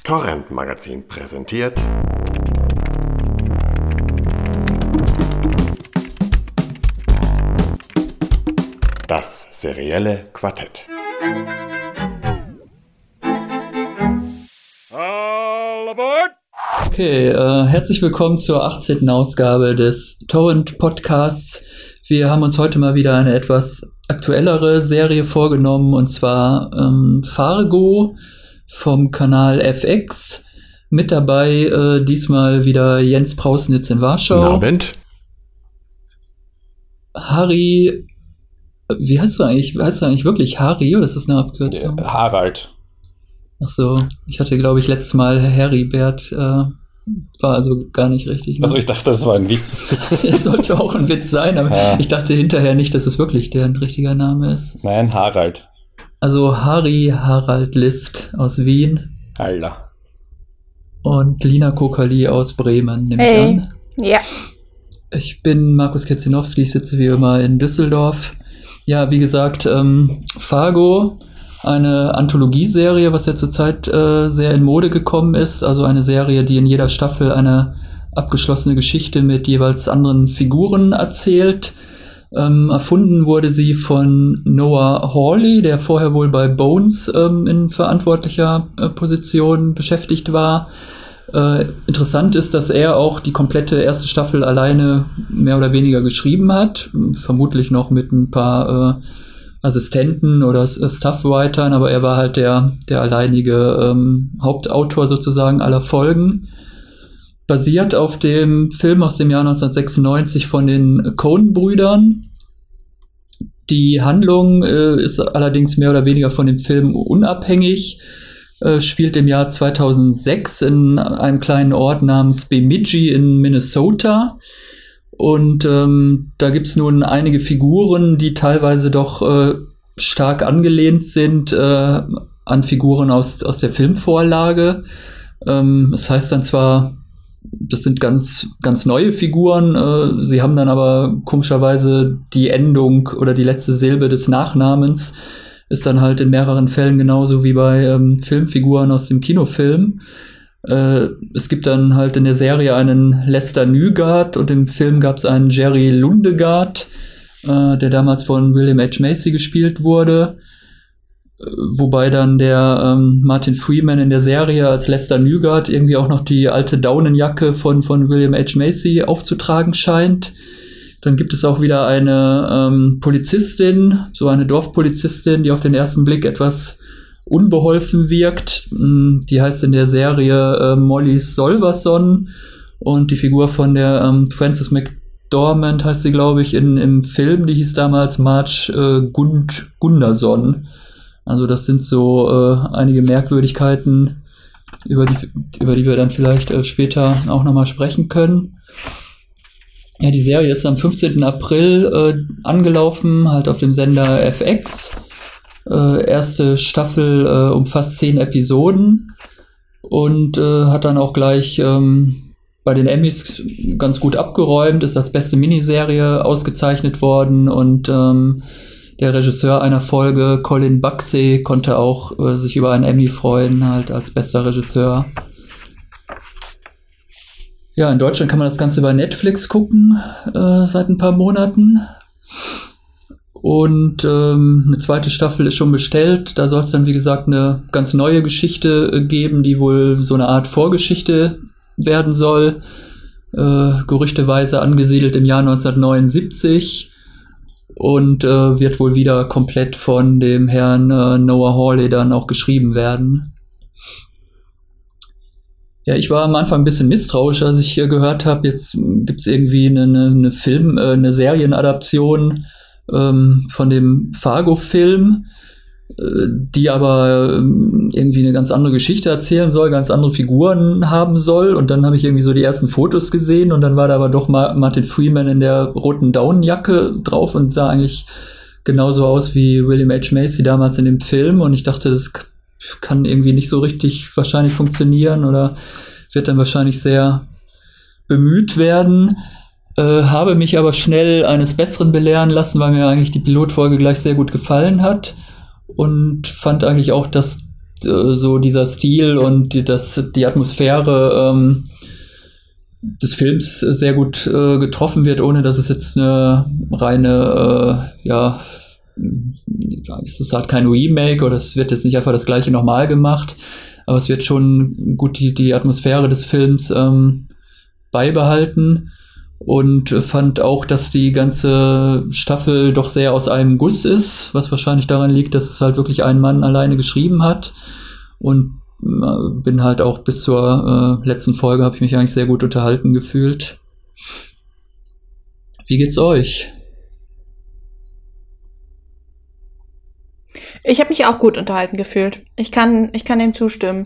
Torrent Magazin präsentiert das serielle Quartett. All aboard! Okay, herzlich willkommen zur 18. Ausgabe des Torrent Podcasts. Wir haben uns heute mal wieder eine etwas aktuellere Serie vorgenommen, und zwar Fargo vom Kanal FX. Mit dabei diesmal wieder Jens Prausnitz in Warschau. Guten Abend. Harry, wie heißt du eigentlich? Heißt du eigentlich wirklich Harry oder ist das eine Abkürzung? Ja, Harald. Ach so, ich hatte, glaube ich, letztes Mal Heribert, war also gar nicht richtig. Ne? Also ich dachte, das war ein Witz. Es sollte auch ein Witz sein, aber ja. Ich dachte hinterher nicht, dass es wirklich deren richtiger Name ist. Nein, Harald. Also Harald List aus Wien. Alter. Und Lina Kokali aus Bremen, nehme ich an. Ja. Ich bin Markus Ketzinowski, ich sitze wie immer in Düsseldorf. Ja, wie gesagt, Fargo, eine Anthologieserie, was ja zurzeit sehr in Mode gekommen ist. Also eine Serie, die in jeder Staffel eine abgeschlossene Geschichte mit jeweils anderen Figuren erzählt. Erfunden wurde sie von Noah Hawley, der vorher wohl bei Bones in verantwortlicher Position beschäftigt war. Interessant ist, dass er auch die komplette erste Staffel alleine mehr oder weniger geschrieben hat. Vermutlich noch mit ein paar Assistenten oder Staffwritern, aber er war halt der alleinige Hauptautor sozusagen aller Folgen. Basiert auf dem Film aus dem Jahr 1996 von den Coen-Brüdern. Die Handlung ist allerdings mehr oder weniger von dem Film unabhängig. Spielt im Jahr 2006 in einem kleinen Ort namens Bemidji in Minnesota. Und da gibt's nun einige Figuren, die teilweise doch stark angelehnt sind an Figuren aus der Filmvorlage. Das heißt dann zwar, das sind ganz, ganz neue Figuren, sie haben dann aber komischerweise die Endung oder die letzte Silbe des Nachnamens ist dann halt in mehreren Fällen genauso wie bei Filmfiguren aus dem Kinofilm. Es gibt dann halt in der Serie einen Lester Nygaard und im Film gab es einen Jerry Lundegaard, der damals von William H. Macy gespielt wurde. Wobei dann der Martin Freeman in der Serie als Lester Nygaard irgendwie auch noch die alte Daunenjacke von William H. Macy aufzutragen scheint. Dann gibt es auch wieder eine Polizistin, so eine Dorfpolizistin, die auf den ersten Blick etwas unbeholfen wirkt. Die heißt in der Serie Molly Solverson und die Figur von der Frances McDormand heißt sie, glaube ich, im Film, die hieß damals Marge Gunderson. Also das sind so einige Merkwürdigkeiten, über die wir dann vielleicht später auch nochmal sprechen können. Ja, die Serie ist am 15. April angelaufen, halt auf dem Sender FX. Erste Staffel umfasst 10 Episoden und hat dann auch gleich bei den Emmys ganz gut abgeräumt, ist als beste Miniserie ausgezeichnet worden und der Regisseur einer Folge, Colin Buxey, konnte auch sich über einen Emmy freuen, halt als bester Regisseur. Ja, in Deutschland kann man das Ganze bei Netflix gucken, seit ein paar Monaten. Und eine zweite Staffel ist schon bestellt. Da soll es dann, wie gesagt, eine ganz neue Geschichte geben, die wohl so eine Art Vorgeschichte werden soll. Gerüchteweise angesiedelt im Jahr 1979. Und wird wohl wieder komplett von dem Herrn Noah Hawley dann auch geschrieben werden. Ja, ich war am Anfang ein bisschen misstrauisch, als ich gehört habe, jetzt gibt's irgendwie eine Serienadaption von dem Fargo-Film, die aber irgendwie eine ganz andere Geschichte erzählen soll, ganz andere Figuren haben soll. Und dann habe ich irgendwie so die ersten Fotos gesehen und dann war da aber doch Martin Freeman in der roten Daunenjacke drauf und sah eigentlich genauso aus wie William H. Macy damals in dem Film. Und ich dachte, das kann irgendwie nicht so richtig wahrscheinlich funktionieren oder wird dann wahrscheinlich sehr bemüht werden. Habe mich aber schnell eines Besseren belehren lassen, weil mir eigentlich die Pilotfolge gleich sehr gut gefallen hat und fand eigentlich auch, dass so dieser Stil und die Atmosphäre des Films sehr gut getroffen wird, ohne dass es jetzt eine reine, es ist halt kein Remake oder es wird jetzt nicht einfach das gleiche nochmal gemacht, aber es wird schon gut die Atmosphäre des Films beibehalten und fand auch, dass die ganze Staffel doch sehr aus einem Guss ist, was wahrscheinlich daran liegt, dass es halt wirklich ein Mann alleine geschrieben hat und bin halt auch bis zur letzten Folge habe ich mich eigentlich sehr gut unterhalten gefühlt. Wie geht's euch? Ich habe mich auch gut unterhalten gefühlt. Ich kann dem zustimmen.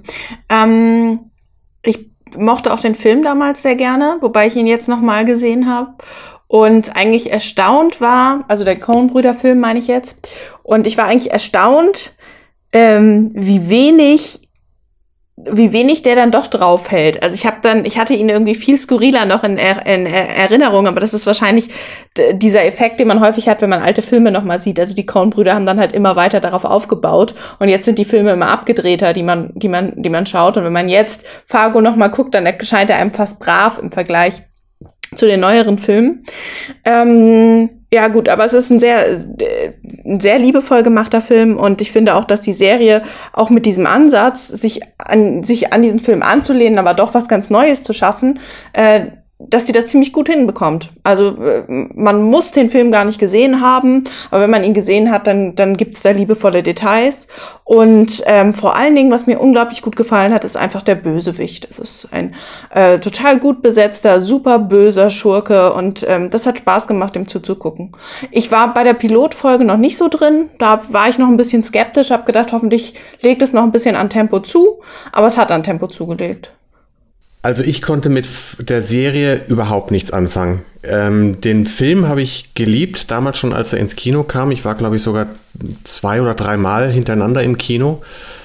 Ich mochte auch den Film damals sehr gerne, wobei ich ihn jetzt nochmal gesehen habe und eigentlich erstaunt war, also der Coen-Brüder-Film meine ich jetzt, und ich war eigentlich erstaunt, wie wenig der dann doch drauf hält. Also ich hatte ihn irgendwie viel skurriler noch in Erinnerung, aber das ist wahrscheinlich dieser Effekt, den man häufig hat, wenn man alte Filme noch mal sieht. Also die Coen-Brüder haben dann halt immer weiter darauf aufgebaut und jetzt sind die Filme immer abgedrehter, die man schaut. Und wenn man jetzt Fargo noch mal guckt, dann erscheint er einem fast brav im Vergleich zu den neueren Filmen. Ja gut, aber es ist ein sehr liebevoll gemachter Film und ich finde auch, dass die Serie auch mit diesem Ansatz, sich an diesen Film anzulehnen, aber doch was ganz Neues zu schaffen, dass sie das ziemlich gut hinbekommt. Also man muss den Film gar nicht gesehen haben, aber wenn man ihn gesehen hat, dann gibt es da liebevolle Details. Und vor allen Dingen, was mir unglaublich gut gefallen hat, ist einfach der Bösewicht. Es ist ein total gut besetzter, super böser Schurke und das hat Spaß gemacht, ihm zuzugucken. Ich war bei der Pilotfolge noch nicht so drin, da war ich noch ein bisschen skeptisch, habe gedacht, hoffentlich legt es noch ein bisschen an Tempo zu, aber es hat an Tempo zugelegt. Also ich konnte mit der Serie überhaupt nichts anfangen. Den Film habe ich geliebt, damals schon, als er ins Kino kam. Ich war, glaube ich, sogar 2 oder 3 Mal hintereinander im Kino.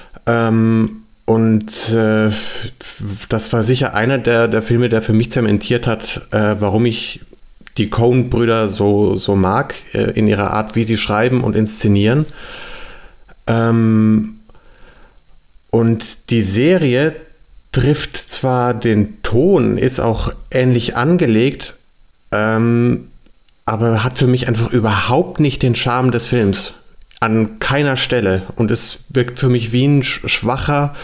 Das war sicher einer der Filme, der für mich zementiert hat, warum ich die Coen-Brüder so mag, in ihrer Art, wie sie schreiben und inszenieren. Und die Serie trifft zwar den Ton, ist auch ähnlich angelegt, aber hat für mich einfach überhaupt nicht den Charme des Films. An keiner Stelle. Und es wirkt für mich wie ein schwacher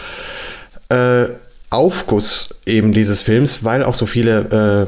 Aufguss eben dieses Films, weil auch so viele,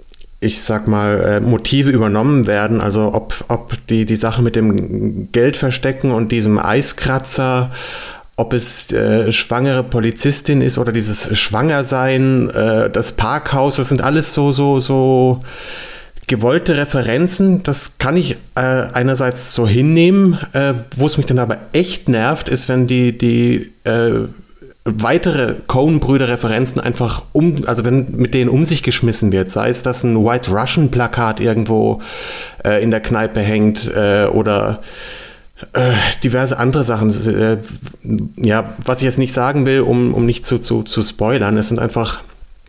Motive übernommen werden. Also ob die Sache mit dem Geldverstecken und diesem Eiskratzer, ob es schwangere Polizistin ist oder dieses Schwangersein, das Parkhaus, das sind alles so gewollte Referenzen. Das kann ich einerseits so hinnehmen. Wo es mich dann aber echt nervt, ist, wenn die weitere Coen-Brüder-Referenzen einfach wenn mit denen um sich geschmissen wird. Sei es, dass ein White Russian-Plakat irgendwo in der Kneipe hängt oder diverse andere Sachen, was ich jetzt nicht sagen will, um nicht zu spoilern. Es sind einfach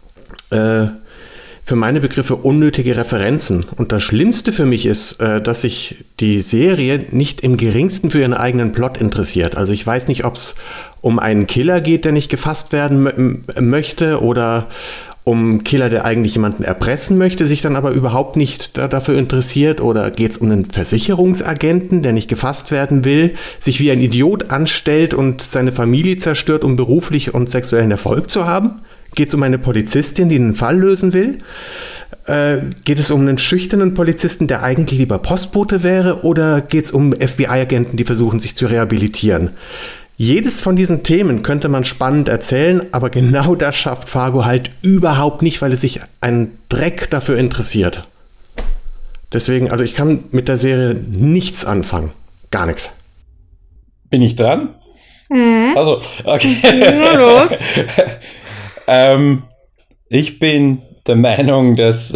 für meine Begriffe unnötige Referenzen. Und das Schlimmste für mich ist, dass sich die Serie nicht im geringsten für ihren eigenen Plot interessiert. Also ich weiß nicht, ob es um einen Killer geht, der nicht gefasst werden möchte, oder um einen Killer, der eigentlich jemanden erpressen möchte, sich dann aber überhaupt nicht dafür interessiert, oder geht es um einen Versicherungsagenten, der nicht gefasst werden will, sich wie ein Idiot anstellt und seine Familie zerstört, um beruflich und sexuellen Erfolg zu haben? Geht es um eine Polizistin, die einen Fall lösen will? Geht es um einen schüchternen Polizisten, der eigentlich lieber Postbote wäre? Oder geht es um FBI-Agenten, die versuchen, sich zu rehabilitieren? Jedes von diesen Themen könnte man spannend erzählen, aber genau das schafft Fargo halt überhaupt nicht, weil es sich einen Dreck dafür interessiert. Deswegen, also ich kann mit der Serie nichts anfangen. Gar nichts. Bin ich dran? Mhm. Also, okay. Na los. Ich bin der Meinung, dass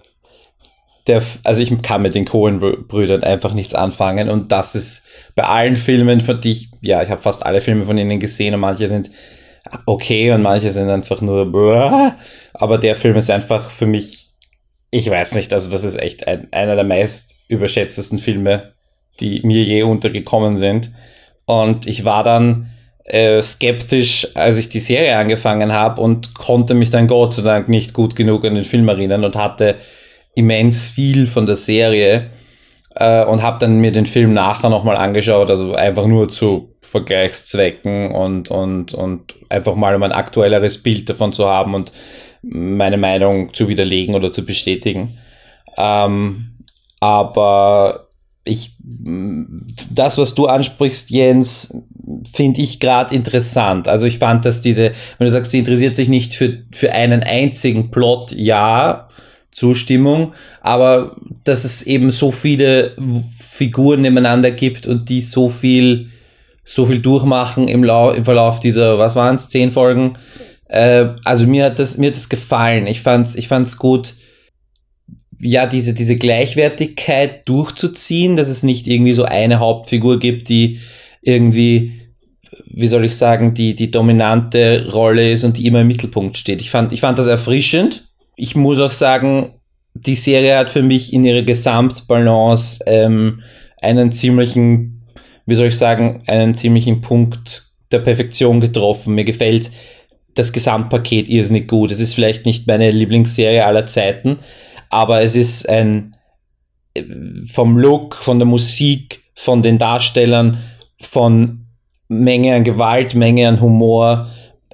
ich kann mit den Coen-Brüdern einfach nichts anfangen, und das ist bei allen Filmen, von die ich habe fast alle Filme von ihnen gesehen und manche sind okay und manche sind einfach nur aber der Film ist einfach für mich, ich weiß nicht, also das ist echt einer der meist überschätztesten Filme, die mir je untergekommen sind, und ich war dann skeptisch, als ich die Serie angefangen habe und konnte mich dann Gott sei Dank nicht gut genug an den Film erinnern und hatte immens viel von der Serie und habe dann mir den Film nachher nochmal angeschaut, also einfach nur zu Vergleichszwecken und einfach mal um ein aktuelleres Bild davon zu haben und meine Meinung zu widerlegen oder zu bestätigen. Aber das, was du ansprichst, Jens, finde ich gerade interessant. Also ich fand, dass wenn du sagst, sie interessiert sich nicht für einen einzigen Plot, ja, Zustimmung, aber dass es eben so viele Figuren nebeneinander gibt und die so viel durchmachen im Verlauf dieser, was waren es, 10 Folgen. Also mir hat das gefallen. Ich fand's gut, ja, diese Gleichwertigkeit durchzuziehen, dass es nicht irgendwie so eine Hauptfigur gibt, die irgendwie, wie soll ich sagen, die dominante Rolle ist und die immer im Mittelpunkt steht. Ich fand das erfrischend. Ich muss auch sagen, die Serie hat für mich in ihrer Gesamtbalance einen ziemlichen Punkt der Perfektion getroffen. Mir gefällt das Gesamtpaket irrsinnig gut. Es ist vielleicht nicht meine Lieblingsserie aller Zeiten, aber es ist vom Look, von der Musik, von den Darstellern, von Menge an Gewalt, Menge an Humor,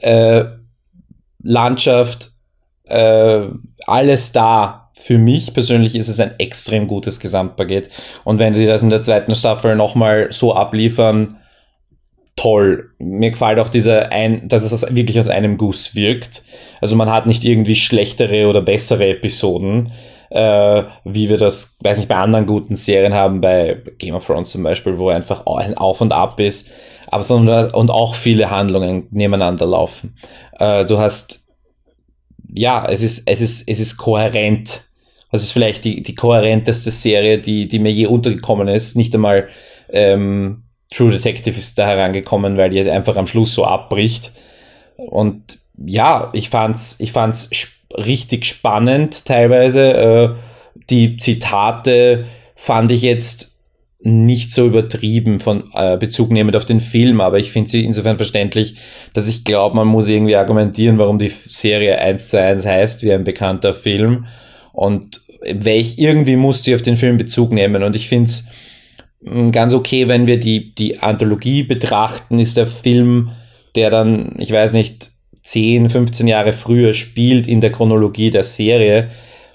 Landschaft, alles da. Für mich persönlich ist es ein extrem gutes Gesamtpaket. Und wenn die das in der 2. Staffel nochmal so abliefern, toll. Mir gefällt auch dass es wirklich aus einem Guss wirkt. Also man hat nicht irgendwie schlechtere oder bessere Episoden, wie wir das, weiß nicht, bei anderen guten Serien haben, bei Game of Thrones zum Beispiel, wo einfach ein Auf und Ab ist, und auch viele Handlungen nebeneinander laufen. Du hast, ja, es ist kohärent. Das ist vielleicht die kohärenteste Serie, die mir je untergekommen ist. Nicht einmal True Detective ist da herangekommen, weil die einfach am Schluss so abbricht. Und ja, ich fand's richtig spannend teilweise. Die Zitate fand ich jetzt nicht so übertrieben von Bezug nehmend auf den Film, aber ich finde sie insofern verständlich, dass ich glaube, man muss irgendwie argumentieren, warum die Serie 1:1 heißt, wie ein bekannter Film, und irgendwie muss sie auf den Film Bezug nehmen, und ich finde es ganz okay, wenn wir die Anthologie betrachten, ist der Film, der dann, ich weiß nicht, 10, 15 Jahre früher spielt in der Chronologie der Serie,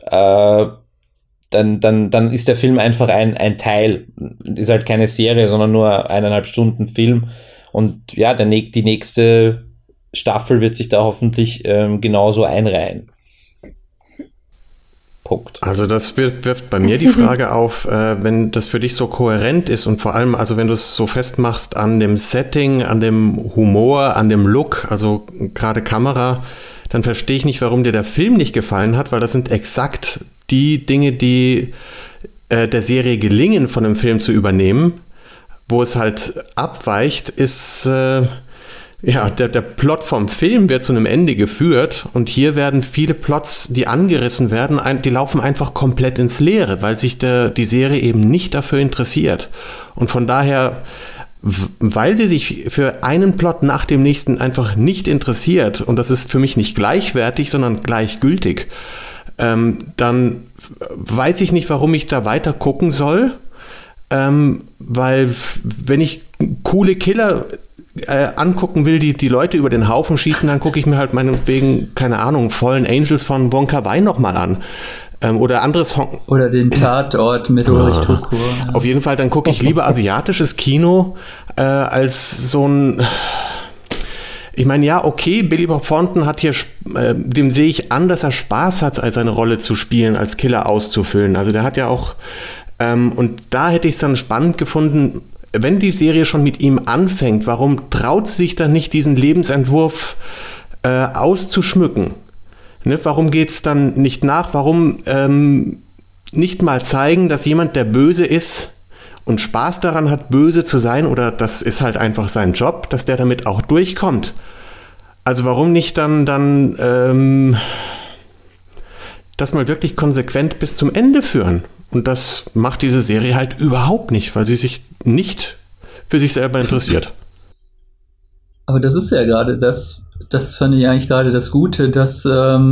dann ist der Film einfach ein Teil. Ist halt keine Serie, sondern nur 1,5 Stunden Film. Und ja, die nächste Staffel wird sich da hoffentlich genauso einreihen. Punkt. Also das wirft bei mir die Frage auf, wenn das für dich so kohärent ist und vor allem, also wenn du es so festmachst an dem Setting, an dem Humor, an dem Look, also gerade Kamera, dann verstehe ich nicht, warum dir der Film nicht gefallen hat, weil das sind exakt die Dinge, die der Serie gelingen, von dem Film zu übernehmen. Wo es halt abweicht, ist der Plot vom Film wird zu einem Ende geführt, und hier werden viele Plots, die angerissen werden, die laufen einfach komplett ins Leere, weil sich die Serie eben nicht dafür interessiert. Und von daher, weil sie sich für einen Plot nach dem nächsten einfach nicht interessiert, und das ist für mich nicht gleichwertig, sondern gleichgültig, dann weiß ich nicht, warum ich da weiter gucken soll, weil wenn ich coole Killer angucken will, die Leute über den Haufen schießen, dann gucke ich mir halt meinetwegen, keine Ahnung, Fallen Angels von Wong Kar-wai nochmal an. Oder anderes oder den Tatort mit Ulrich Tukur. Ja. Auf jeden Fall, dann gucke ich lieber asiatisches Kino als so ein... Ich meine, ja, okay, Billy Bob Thornton hat hier, dem sehe ich an, dass er Spaß hat, als seine Rolle zu spielen, als Killer auszufüllen. Also der hat ja auch, und da hätte ich es dann spannend gefunden, wenn die Serie schon mit ihm anfängt, warum traut sie sich dann nicht, diesen Lebensentwurf auszuschmücken? Ne? Warum geht es dann nicht nach? Warum nicht mal zeigen, dass jemand, der böse ist und Spaß daran hat, böse zu sein, oder das ist halt einfach sein Job, dass der damit auch durchkommt? Also warum nicht dann das mal wirklich konsequent bis zum Ende führen? Und das macht diese Serie halt überhaupt nicht, weil sie sich nicht für sich selber interessiert. Aber das ist ja gerade das fand ich eigentlich gerade das Gute, dass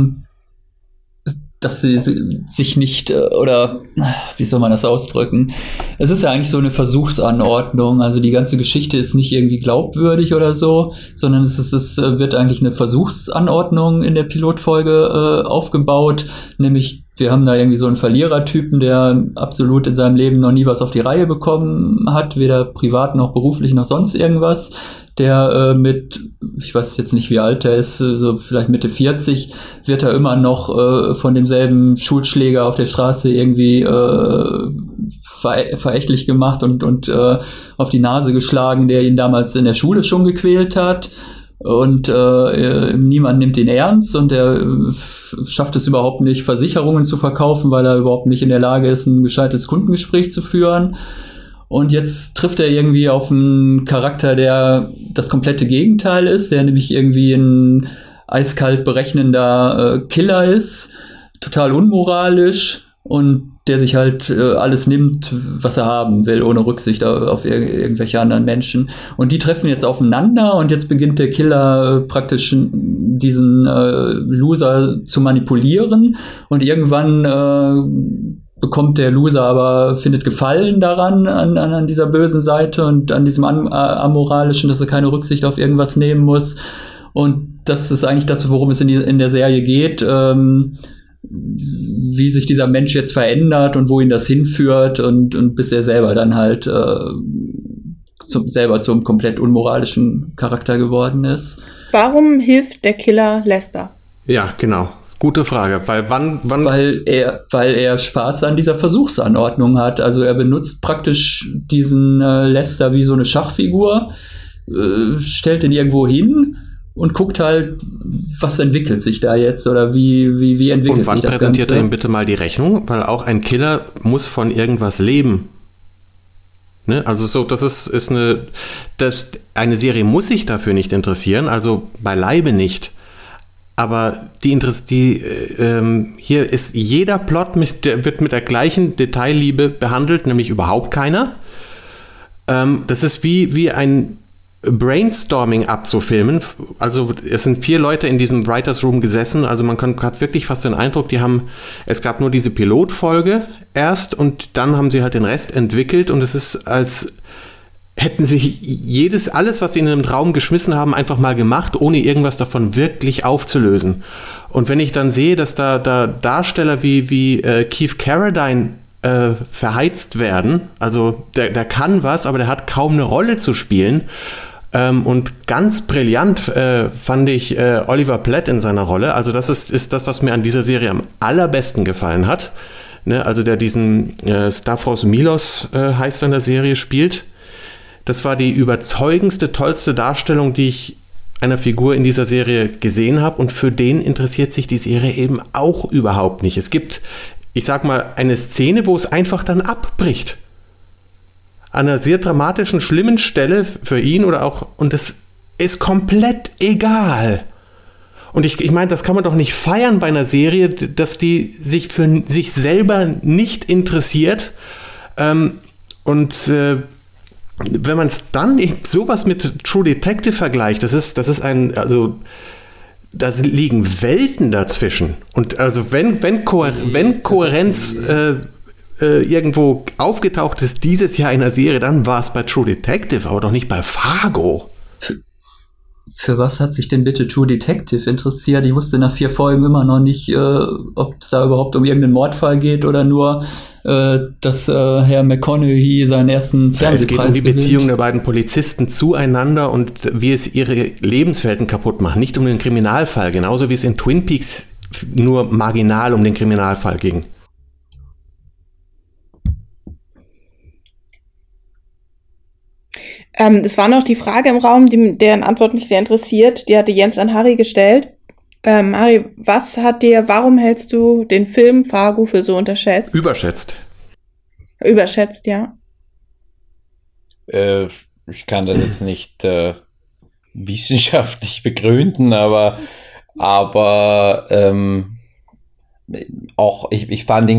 sie sich nicht, oder wie soll man das ausdrücken? Es ist ja eigentlich so eine Versuchsanordnung, also die ganze Geschichte ist nicht irgendwie glaubwürdig oder so, sondern es wird eigentlich eine Versuchsanordnung in der Pilotfolge aufgebaut, nämlich wir haben da irgendwie so einen Verlierertypen, der absolut in seinem Leben noch nie was auf die Reihe bekommen hat, weder privat noch beruflich noch sonst irgendwas, der ich weiß jetzt nicht, wie alt er ist, so vielleicht Mitte 40, wird er immer noch von demselben Schulschläger auf der Straße irgendwie verächtlich gemacht und auf die Nase geschlagen, der ihn damals in der Schule schon gequält hat. Und niemand nimmt ihn ernst und er schafft es überhaupt nicht, Versicherungen zu verkaufen, weil er überhaupt nicht in der Lage ist, ein gescheites Kundengespräch zu führen. Und jetzt trifft er irgendwie auf einen Charakter, der das komplette Gegenteil ist, der nämlich irgendwie ein eiskalt berechnender Killer ist, total unmoralisch und der sich halt alles nimmt, was er haben will, ohne Rücksicht auf irgendwelche anderen Menschen. Und die treffen jetzt aufeinander und jetzt beginnt der Killer praktisch diesen Loser zu manipulieren und irgendwann bekommt der Loser aber, findet Gefallen daran, an dieser bösen Seite und an diesem amoralischen, dass er keine Rücksicht auf irgendwas nehmen muss. Und das ist eigentlich das, worum es in der Serie geht, wie sich dieser Mensch jetzt verändert und wo ihn das hinführt und bis er selber dann halt selber zum komplett unmoralischen Charakter geworden ist. Warum hilft der Killer Lester? Ja, genau. Gute Frage, weil wann? Weil er Spaß an dieser Versuchsanordnung hat. Also er benutzt praktisch diesen Lester wie so eine Schachfigur, stellt ihn irgendwo hin und guckt halt, was entwickelt sich da jetzt oder wie entwickelt sich das Ganze. Und wann präsentiert er ihm bitte mal die Rechnung? Weil auch ein Killer muss von irgendwas leben. Ne? Also so, eine Serie muss sich dafür nicht interessieren, also beileibe nicht. Aber hier ist jeder Plot wird mit der gleichen Detailliebe behandelt, nämlich überhaupt keiner. Das ist wie ein Brainstorming abzufilmen. Also es sind 4 Leute in diesem Writers Room gesessen, also man hat wirklich fast den Eindruck, es gab nur diese Pilotfolge erst und dann haben sie halt den Rest entwickelt und es ist, als hätten sie alles, was sie in einem Traum geschmissen haben, einfach mal gemacht, ohne irgendwas davon wirklich aufzulösen. Und wenn ich dann sehe, dass da Darsteller wie Keith Carradine verheizt werden, also der kann was, aber der hat kaum eine Rolle zu spielen. Und ganz brillant fand ich Oliver Platt in seiner Rolle. Also das ist das, was mir an dieser Serie am allerbesten gefallen hat. Ne? Also der diesen Stavros Milos heißt in der Serie spielt. Das war die überzeugendste, tollste Darstellung, die ich einer Figur in dieser Serie gesehen habe. Und für den interessiert sich die Serie eben auch überhaupt nicht. Es gibt, ich sag mal, eine Szene, wo es einfach dann abbricht. An einer sehr dramatischen, schlimmen Stelle für ihn und es ist komplett egal. Und ich meine, das kann man doch nicht feiern bei einer Serie, dass die sich für sich selber nicht interessiert. Wenn man es dann sowas mit True Detective vergleicht, da liegen Welten dazwischen. Und also wenn Kohärenz irgendwo aufgetaucht ist dieses Jahr in einer Serie, dann war es bei True Detective, aber doch nicht bei Fargo. Für was hat sich denn bitte True Detective interessiert? Ich wusste nach 4 Folgen immer noch nicht, ob es da überhaupt um irgendeinen Mordfall geht oder nur, dass Herr McConaughey seinen ersten Fernsehpreis gewinnt. Es geht um die Beziehung der beiden Polizisten zueinander und wie es ihre Lebenswelten kaputt macht. Nicht um den Kriminalfall, genauso wie es in Twin Peaks nur marginal um den Kriminalfall ging. Es war noch die Frage im Raum, deren Antwort mich sehr interessiert. Die hatte Jens an Harry gestellt. Harry, warum hältst du den Film Fargo für so unterschätzt? Überschätzt. Überschätzt, ja. Ich kann das jetzt nicht wissenschaftlich begründen, aber auch ich fand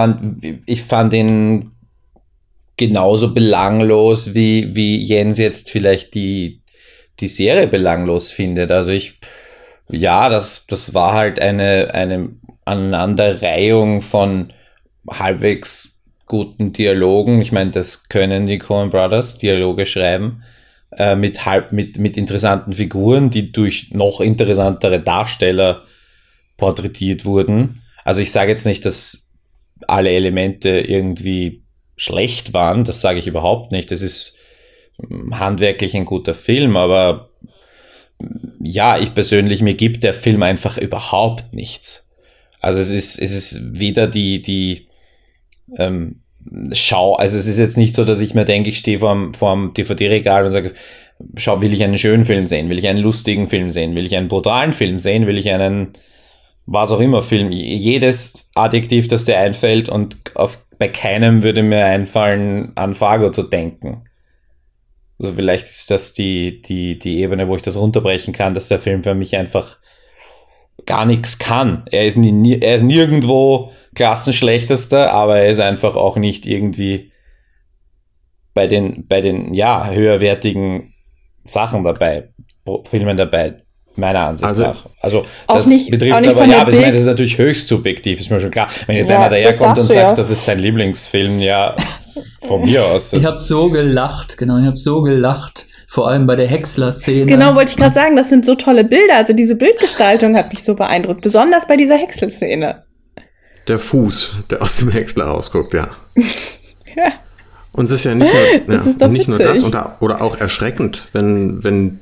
ihn genauso belanglos wie Jens jetzt vielleicht die die Serie belanglos findet. Also das war halt eine Aneinanderreihung von halbwegs guten Dialogen. Ich meine, das können die Coen Brothers, Dialoge schreiben, mit interessanten Figuren, die durch noch interessantere Darsteller porträtiert wurden. Also ich sage jetzt nicht, dass alle Elemente irgendwie schlecht waren, das sage ich überhaupt nicht. Das ist handwerklich ein guter Film, aber ja, ich persönlich, mir gibt der Film einfach überhaupt nichts. Also es ist weder die Schau, also es ist jetzt nicht so, dass ich mir denke, ich stehe vorm DVD-Regal und sage, will ich einen schönen Film sehen, will ich einen lustigen Film sehen, will ich einen brutalen Film sehen, will ich einen was auch immer Film, jedes Adjektiv, das dir einfällt, und bei keinem würde mir einfallen, an Fargo zu denken. Also vielleicht ist das die Ebene, wo ich das runterbrechen kann, dass der Film für mich einfach gar nichts kann. Er ist nirgendwo Klassenschlechtester, aber er ist einfach auch nicht irgendwie bei den höherwertigen Sachen dabei, Filmen dabei, meiner Ansicht nach. Also das betrifft aber, aber ich meine, das ist natürlich höchst subjektiv, ist mir schon klar. Wenn jetzt einer daherkommt und sagt, das ist sein Lieblingsfilm, ja, von mir aus. Ich habe so gelacht, vor allem bei der Häcksler-Szene. Genau, wollte ich gerade sagen, das sind so tolle Bilder, also diese Bildgestaltung hat mich so beeindruckt, besonders bei dieser Häcksler-Szene. Der Fuß, der aus dem Häcksler rausguckt, ja. Ja. Und es ist ja nicht nur, das ist doch nicht nur witzig. das, oder auch erschreckend, wenn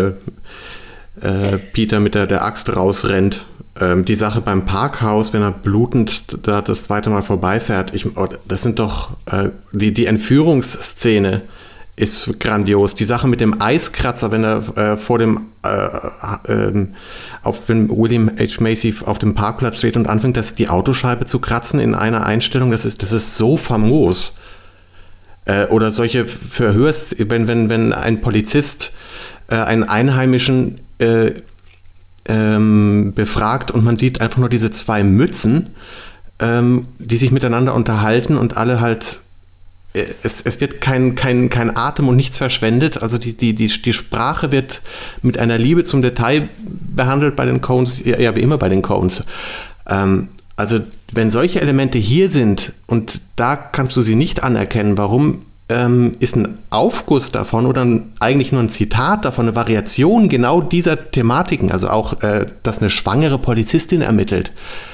Peter mit der Axt rausrennt. Die Sache beim Parkhaus, wenn er blutend da das zweite Mal vorbeifährt, das sind doch, die Entführungsszene ist grandios. Die Sache mit dem Eiskratzer, wenn er wenn William H. Macy auf dem Parkplatz steht und anfängt, die Autoscheibe zu kratzen in einer Einstellung, das ist so famos. Oder solche Verhörs, wenn ein Polizist einen Einheimischen befragt und man sieht einfach nur diese zwei Mützen, die sich miteinander unterhalten und alle halt, es wird kein Atem und nichts verschwendet, also die Sprache wird mit einer Liebe zum Detail behandelt bei den Coens, ja wie immer bei den Coens. Also wenn solche Elemente hier sind und da kannst du sie nicht anerkennen, warum ist ein Aufguss davon oder eigentlich nur ein Zitat davon, eine Variation genau dieser Thematiken, also auch, dass eine schwangere Polizistin ermittelt.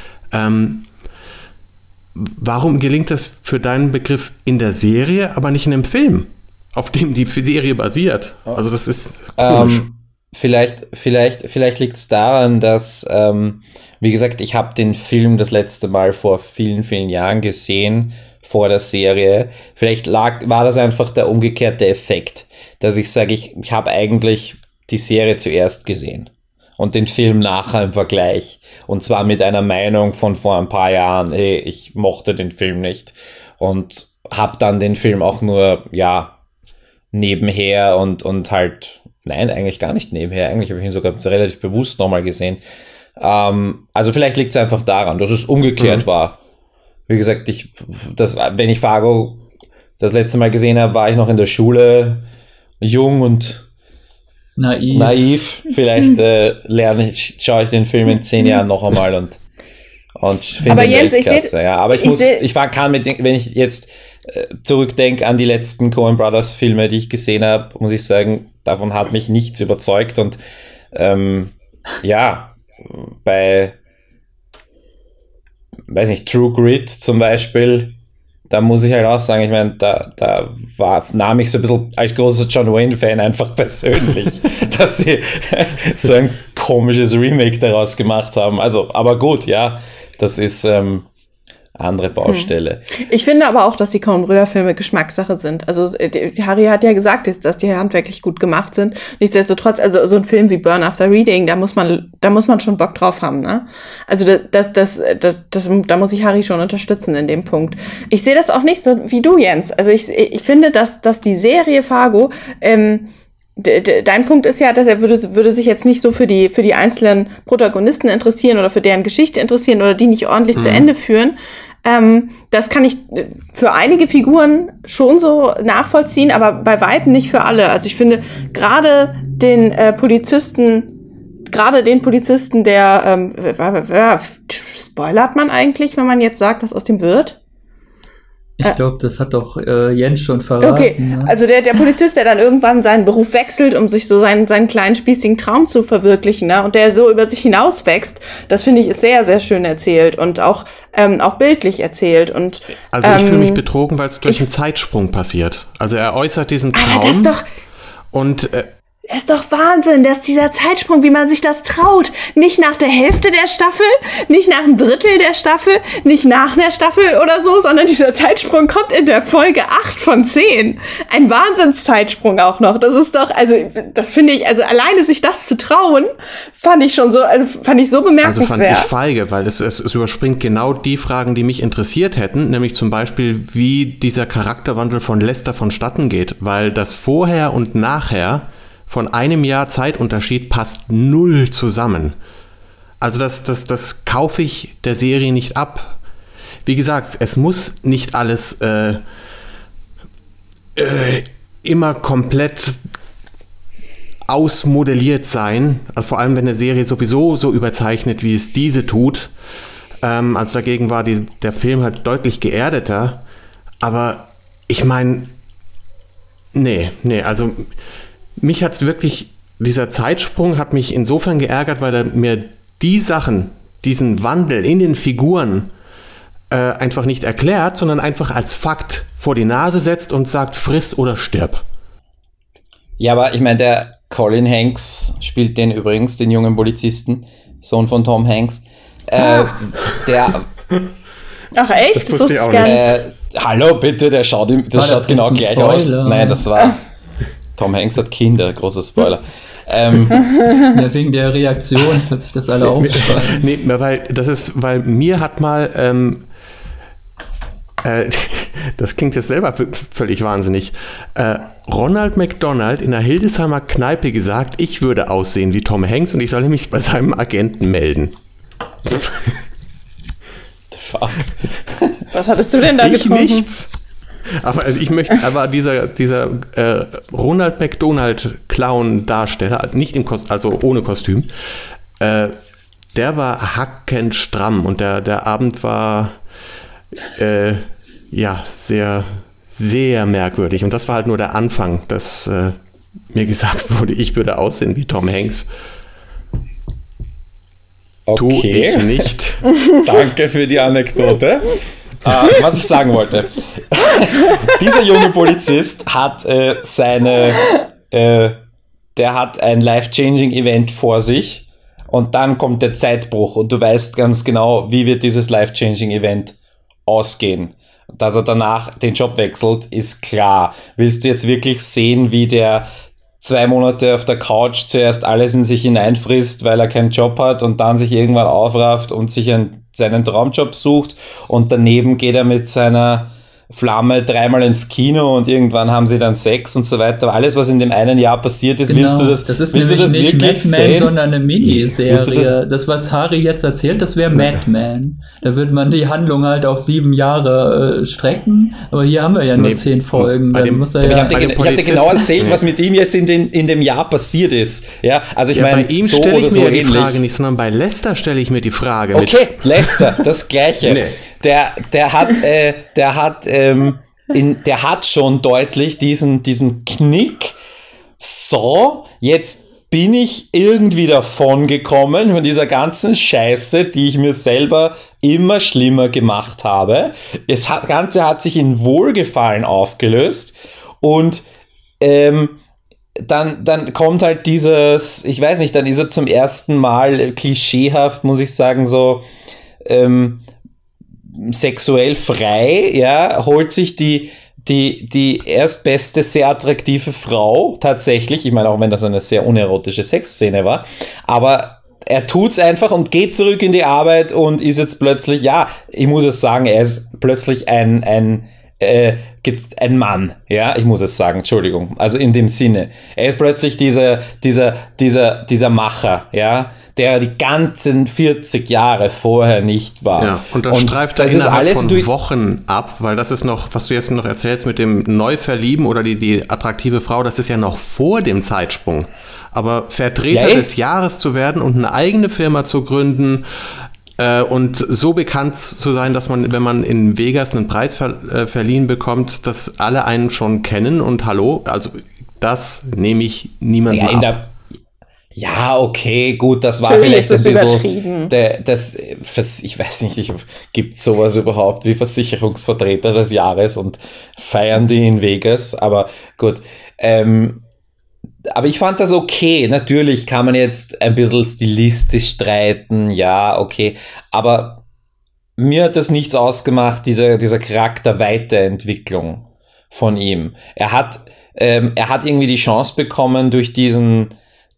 Warum gelingt das für deinen Begriff in der Serie, aber nicht in einem Film, auf dem die Serie basiert? Also das ist komisch. Vielleicht liegt es daran, dass, wie gesagt, ich habe den Film das letzte Mal vor vielen, vielen Jahren gesehen, vor der Serie. Vielleicht war das einfach der umgekehrte Effekt, dass ich sage, ich habe eigentlich die Serie zuerst gesehen und den Film nachher im Vergleich. Und zwar mit einer Meinung von vor ein paar Jahren, ich mochte den Film nicht. Und habe dann den Film auch nur, nebenher und halt, nein, eigentlich gar nicht nebenher. Eigentlich habe ich ihn sogar relativ bewusst nochmal gesehen. Also vielleicht liegt es einfach daran, dass es umgekehrt war. Wie gesagt, wenn ich Fargo das letzte Mal gesehen habe, war ich noch in der Schule, jung und naiv. Vielleicht schaue ich den Film in 10 Jahren noch einmal und finde den Weltklasse. Aber wenn ich jetzt zurückdenke an die letzten Coen Brothers Filme, die ich gesehen habe, muss ich sagen, davon hat mich nichts überzeugt. Und bei True Grit zum Beispiel, da muss ich halt auch sagen, ich meine, da nahm ich so ein bisschen als großer John Wayne-Fan einfach persönlich, dass sie so ein komisches Remake daraus gemacht haben. Also, aber gut, das ist andere Baustelle. Ich finde aber auch, dass die Coen-Brüder-Filme Geschmackssache sind. Also Harry hat ja gesagt, dass die handwerklich gut gemacht sind. Nichtsdestotrotz, also so ein Film wie Burn After Reading, da muss man schon Bock drauf haben, ne? Also da muss ich Harry schon unterstützen in dem Punkt. Ich sehe das auch nicht so wie du, Jens. Also ich finde, dass die Serie Fargo, dein Punkt ist ja, dass er würde sich jetzt nicht so für die einzelnen Protagonisten interessieren oder für deren Geschichte interessieren oder die nicht ordentlich zu Ende führen. Das kann ich für einige Figuren schon so nachvollziehen, aber bei weitem nicht für alle. Also ich finde gerade den Polizisten, der spoilert man eigentlich, wenn man jetzt sagt, was aus dem wird? Ich glaube, das hat doch Jens schon verraten. Okay, ne? also der Polizist, der dann irgendwann seinen Beruf wechselt, um sich so seinen kleinen spießigen Traum zu verwirklichen, ne? Und der so über sich hinauswächst, das finde ich ist sehr, sehr schön erzählt und auch bildlich erzählt. Und also ich fühle mich betrogen, weil es durch einen Zeitsprung passiert. Also er äußert diesen Traum das ist doch, und ist doch Wahnsinn, dass dieser Zeitsprung, wie man sich das traut, nicht nach der Hälfte der Staffel, nicht nach einem Drittel der Staffel, nicht nach der Staffel oder so, sondern dieser Zeitsprung kommt in der Folge 8 von 10. Ein Wahnsinnszeitsprung auch noch. Das ist doch, also das finde ich, also alleine sich das zu trauen, fand ich so bemerkenswert. Also fand ich feige, weil es überspringt genau die Fragen, die mich interessiert hätten, nämlich zum Beispiel, wie dieser Charakterwandel von Lester vonstatten geht, weil das Vorher und Nachher von einem Jahr Zeitunterschied passt null zusammen. Also das kaufe ich der Serie nicht ab. Wie gesagt, es muss nicht alles immer komplett ausmodelliert sein. Also vor allem, wenn eine Serie sowieso so überzeichnet, wie es diese tut. Also dagegen war der Film halt deutlich geerdeter. Aber ich meine, nee, also mich hat es wirklich, dieser Zeitsprung hat mich insofern geärgert, weil er mir die Sachen, diesen Wandel in den Figuren einfach nicht erklärt, sondern einfach als Fakt vor die Nase setzt und sagt, friss oder stirb. Ja, aber ich meine, der Colin Hanks spielt den übrigens, den jungen Polizisten, Sohn von Tom Hanks. Der... Ach echt? Das wusste ich auch nicht. Hallo, bitte, der schaut genau gleich Spoiler? aus. Nein, das war... Tom Hanks hat Kinder, großer Spoiler. Ja, wegen der Reaktion wird sich das alle aufschreiben. Nee, weil mir hat mal, das klingt jetzt selber völlig wahnsinnig, Ronald McDonald in einer Hildesheimer Kneipe gesagt, ich würde aussehen wie Tom Hanks und ich solle mich bei seinem Agenten melden. Fuck. Was hattest du denn da getrunken? Nichts. Aber dieser Ronald McDonald Clown-Darsteller, nicht also ohne Kostüm, der war hackenstramm und der Abend war sehr, sehr merkwürdig. Und das war halt nur der Anfang, dass mir gesagt wurde, ich würde aussehen wie Tom Hanks. Okay. Tu ich nicht. Danke für die Anekdote. Was ich sagen wollte. Dieser junge Polizist hat der hat ein life-changing Event vor sich und dann kommt der Zeitbruch und du weißt ganz genau, wie wird dieses life-changing Event ausgehen. Dass er danach den Job wechselt, ist klar. Willst du jetzt wirklich sehen, wie der 2 Monate auf der Couch zuerst alles in sich hineinfrisst, weil er keinen Job hat und dann sich irgendwann aufrafft und sich seinen Traumjob sucht und daneben geht er mit seiner Flamme 3-mal ins Kino und irgendwann haben sie dann Sex und so weiter. Aber alles, was in dem einen Jahr passiert ist, Genau, willst du das ist nämlich nicht Mad Men, sondern eine Miniserie. Das, was Harry jetzt erzählt, das wäre Mad Men. Da würde man die Handlung halt auf 7 Jahre strecken, aber hier haben wir ja nur 10 Folgen. Dann muss er ich habe dir genau erzählt, was mit ihm jetzt in dem Jahr passiert ist. Ja, also ich meine, bei ihm so stelle oder ich so mir die ähnlich. Frage nicht, sondern bei Lester stelle ich mir die Frage. Okay, Lester, das Gleiche. Nee. Der hat schon deutlich diesen Knick. So, jetzt bin ich irgendwie davon gekommen von dieser ganzen Scheiße, die ich mir selber immer schlimmer gemacht habe. Das Ganze hat sich in Wohlgefallen aufgelöst und dann kommt halt dieses, ich weiß nicht, dann ist er zum ersten Mal klischeehaft, muss ich sagen, so sexuell frei, ja, holt sich die erstbeste, sehr attraktive Frau, tatsächlich, ich meine, auch wenn das eine sehr unerotische Sexszene war, aber er tut's einfach und geht zurück in die Arbeit und ist jetzt plötzlich, ja, ich muss es sagen, er ist plötzlich ein Mann, ja, ich muss es sagen, Entschuldigung, also in dem Sinne, er ist plötzlich dieser Macher, ja, der die ganzen 40 Jahre vorher nicht war. Ja, und das streift da das innerhalb ist alles von Wochen ab, weil das ist noch, was du jetzt noch erzählst mit dem Neuverlieben oder die attraktive Frau, das ist ja noch vor dem Zeitsprung. Aber Vertreter des Jahres zu werden und eine eigene Firma zu gründen und so bekannt zu sein, dass man, wenn man in Vegas einen Preis verliehen bekommt, dass alle einen schon kennen und hallo, also das nehme ich niemandem ab. Ja, okay, gut, das war Natürlich vielleicht ein bisschen übertrieben. Ich weiß nicht, gibt es sowas überhaupt wie Versicherungsvertreter des Jahres und feiern die in Vegas, aber gut. Aber ich fand das okay. Natürlich kann man jetzt ein bisschen stilistisch streiten, ja, okay, aber mir hat das nichts ausgemacht, dieser Charakterweiterentwicklung von ihm. Er hat irgendwie die Chance bekommen durch diesen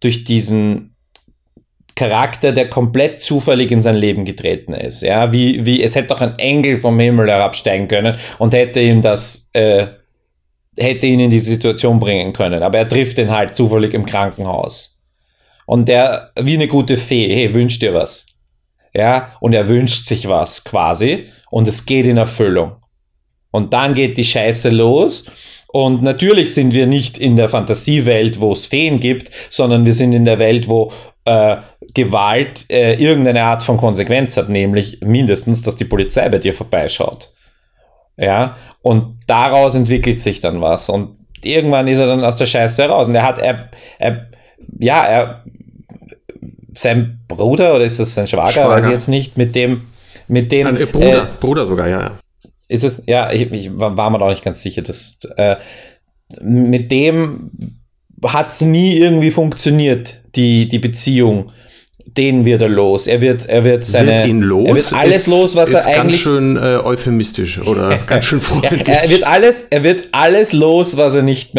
Charakter, der komplett zufällig in sein Leben getreten ist. Ja, wie es hätte auch ein Engel vom Himmel herabsteigen können und hätte ihn in die Situation bringen können. Aber er trifft ihn halt zufällig im Krankenhaus. Und der, wie eine gute Fee, hey, wünsch dir was. Ja, und er wünscht sich was quasi und es geht in Erfüllung. Und dann geht die Scheiße los. Und natürlich sind wir nicht in der Fantasiewelt, wo es Feen gibt, sondern wir sind in der Welt, wo Gewalt irgendeine Art von Konsequenz hat, nämlich mindestens, dass die Polizei bei dir vorbeischaut. Ja, und daraus entwickelt sich dann was. Und irgendwann ist er dann aus der Scheiße heraus. Und sein Bruder, oder ist das sein Schwager? Weiß ich jetzt nicht, mit dem Bruder sogar, ja. Ist es, ja, ich war mir da auch nicht ganz sicher, dass mit dem hat es nie irgendwie funktioniert, die Beziehung. Den wird er los. Er wird ihn los? Er wird alles los, was er eigentlich... Ganz schön euphemistisch oder ganz schön freundlich. Er wird alles los, was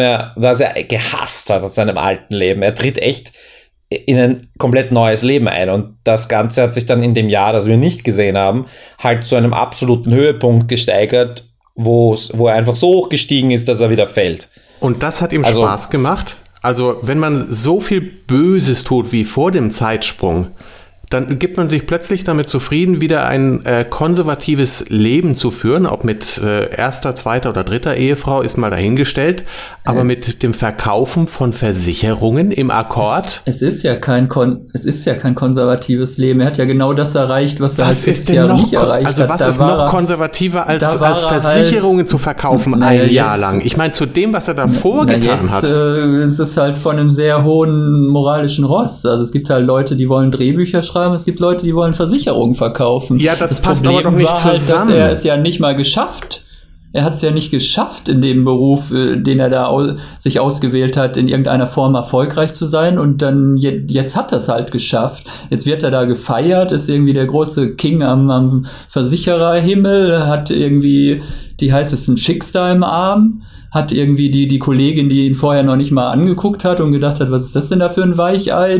er gehasst hat aus seinem alten Leben. Er tritt echt in ein komplett neues Leben ein. Und das Ganze hat sich dann in dem Jahr, das wir nicht gesehen haben, halt zu einem absoluten Höhepunkt gesteigert, wo er einfach so hoch gestiegen ist, dass er wieder fällt. Und das hat ihm Spaß gemacht? Also, wenn man so viel Böses tut wie vor dem Zeitsprung, dann gibt man sich plötzlich damit zufrieden, wieder ein konservatives Leben zu führen, ob mit erster, zweiter oder dritter Ehefrau, ist mal dahingestellt, aber mit dem Verkaufen von Versicherungen im Akkord. Es ist ja kein konservatives Leben. Er hat ja genau das erreicht, was er halt 40 Jahre nicht erreicht hat. Also was ist noch konservativer als Versicherungen halt zu verkaufen ein Jahr lang? Ich meine, zu dem, was er davor getan hat. Es ist halt von einem sehr hohen moralischen Ross. Also es gibt halt Leute, die wollen Drehbücher schreiben, es gibt Leute, die wollen Versicherungen verkaufen. Ja, das passt Problem aber doch nicht zusammen. Halt, dass er es ja nicht mal geschafft. Er hat es ja nicht geschafft, in dem Beruf, den er da sich ausgewählt hat, in irgendeiner Form erfolgreich zu sein. Und dann jetzt hat er es halt geschafft. Jetzt wird er da gefeiert, ist irgendwie der große King am Versichererhimmel, hat irgendwie die heißesten Chicks da im Arm, hat irgendwie die Kollegin, die ihn vorher noch nicht mal angeguckt hat und gedacht hat, was ist das denn da für ein Weichei?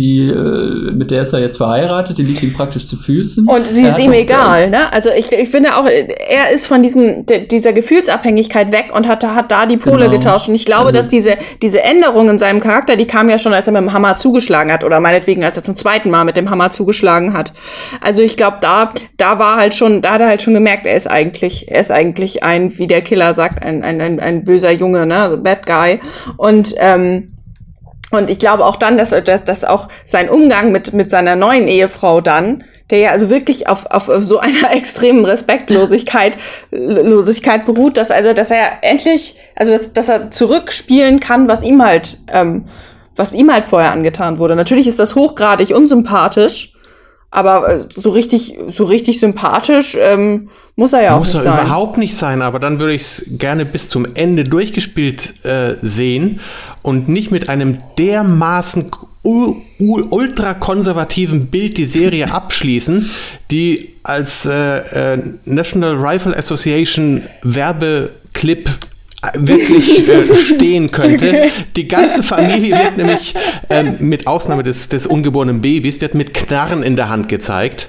Mit der ist er jetzt verheiratet, die liegt ihm praktisch zu Füßen. Und sie ist ihm egal, ne? Also ich finde auch, er ist von dieser Gefühlsabhängigkeit weg und hat da die Pole getauscht. Und ich glaube, dass diese Änderung in seinem Charakter, die kam ja schon, als er mit dem Hammer zugeschlagen hat oder meinetwegen, als er zum zweiten Mal mit dem Hammer zugeschlagen hat. Also ich glaube, da hat er halt schon gemerkt, er ist eigentlich ein, wie der Killer sagt, ein böser Junge, ne, also Bad Guy. Und ich glaube auch dann, dass auch sein Umgang mit seiner neuen Ehefrau dann, der ja also wirklich auf so einer extremen Respektlosigkeit beruht, dass er endlich, also dass er zurückspielen kann, was ihm halt vorher angetan wurde. Natürlich ist das hochgradig unsympathisch, aber so richtig sympathisch muss er ja auch nicht sein. Muss er überhaupt nicht sein, aber dann würde ich es gerne bis zum Ende durchgespielt sehen und nicht mit einem dermaßen ultrakonservativen Bild die Serie abschließen, die als National Rifle Association Werbeclip wirklich stehen könnte. Die ganze Familie wird nämlich, mit Ausnahme des ungeborenen Babys, wird mit Knarren in der Hand gezeigt.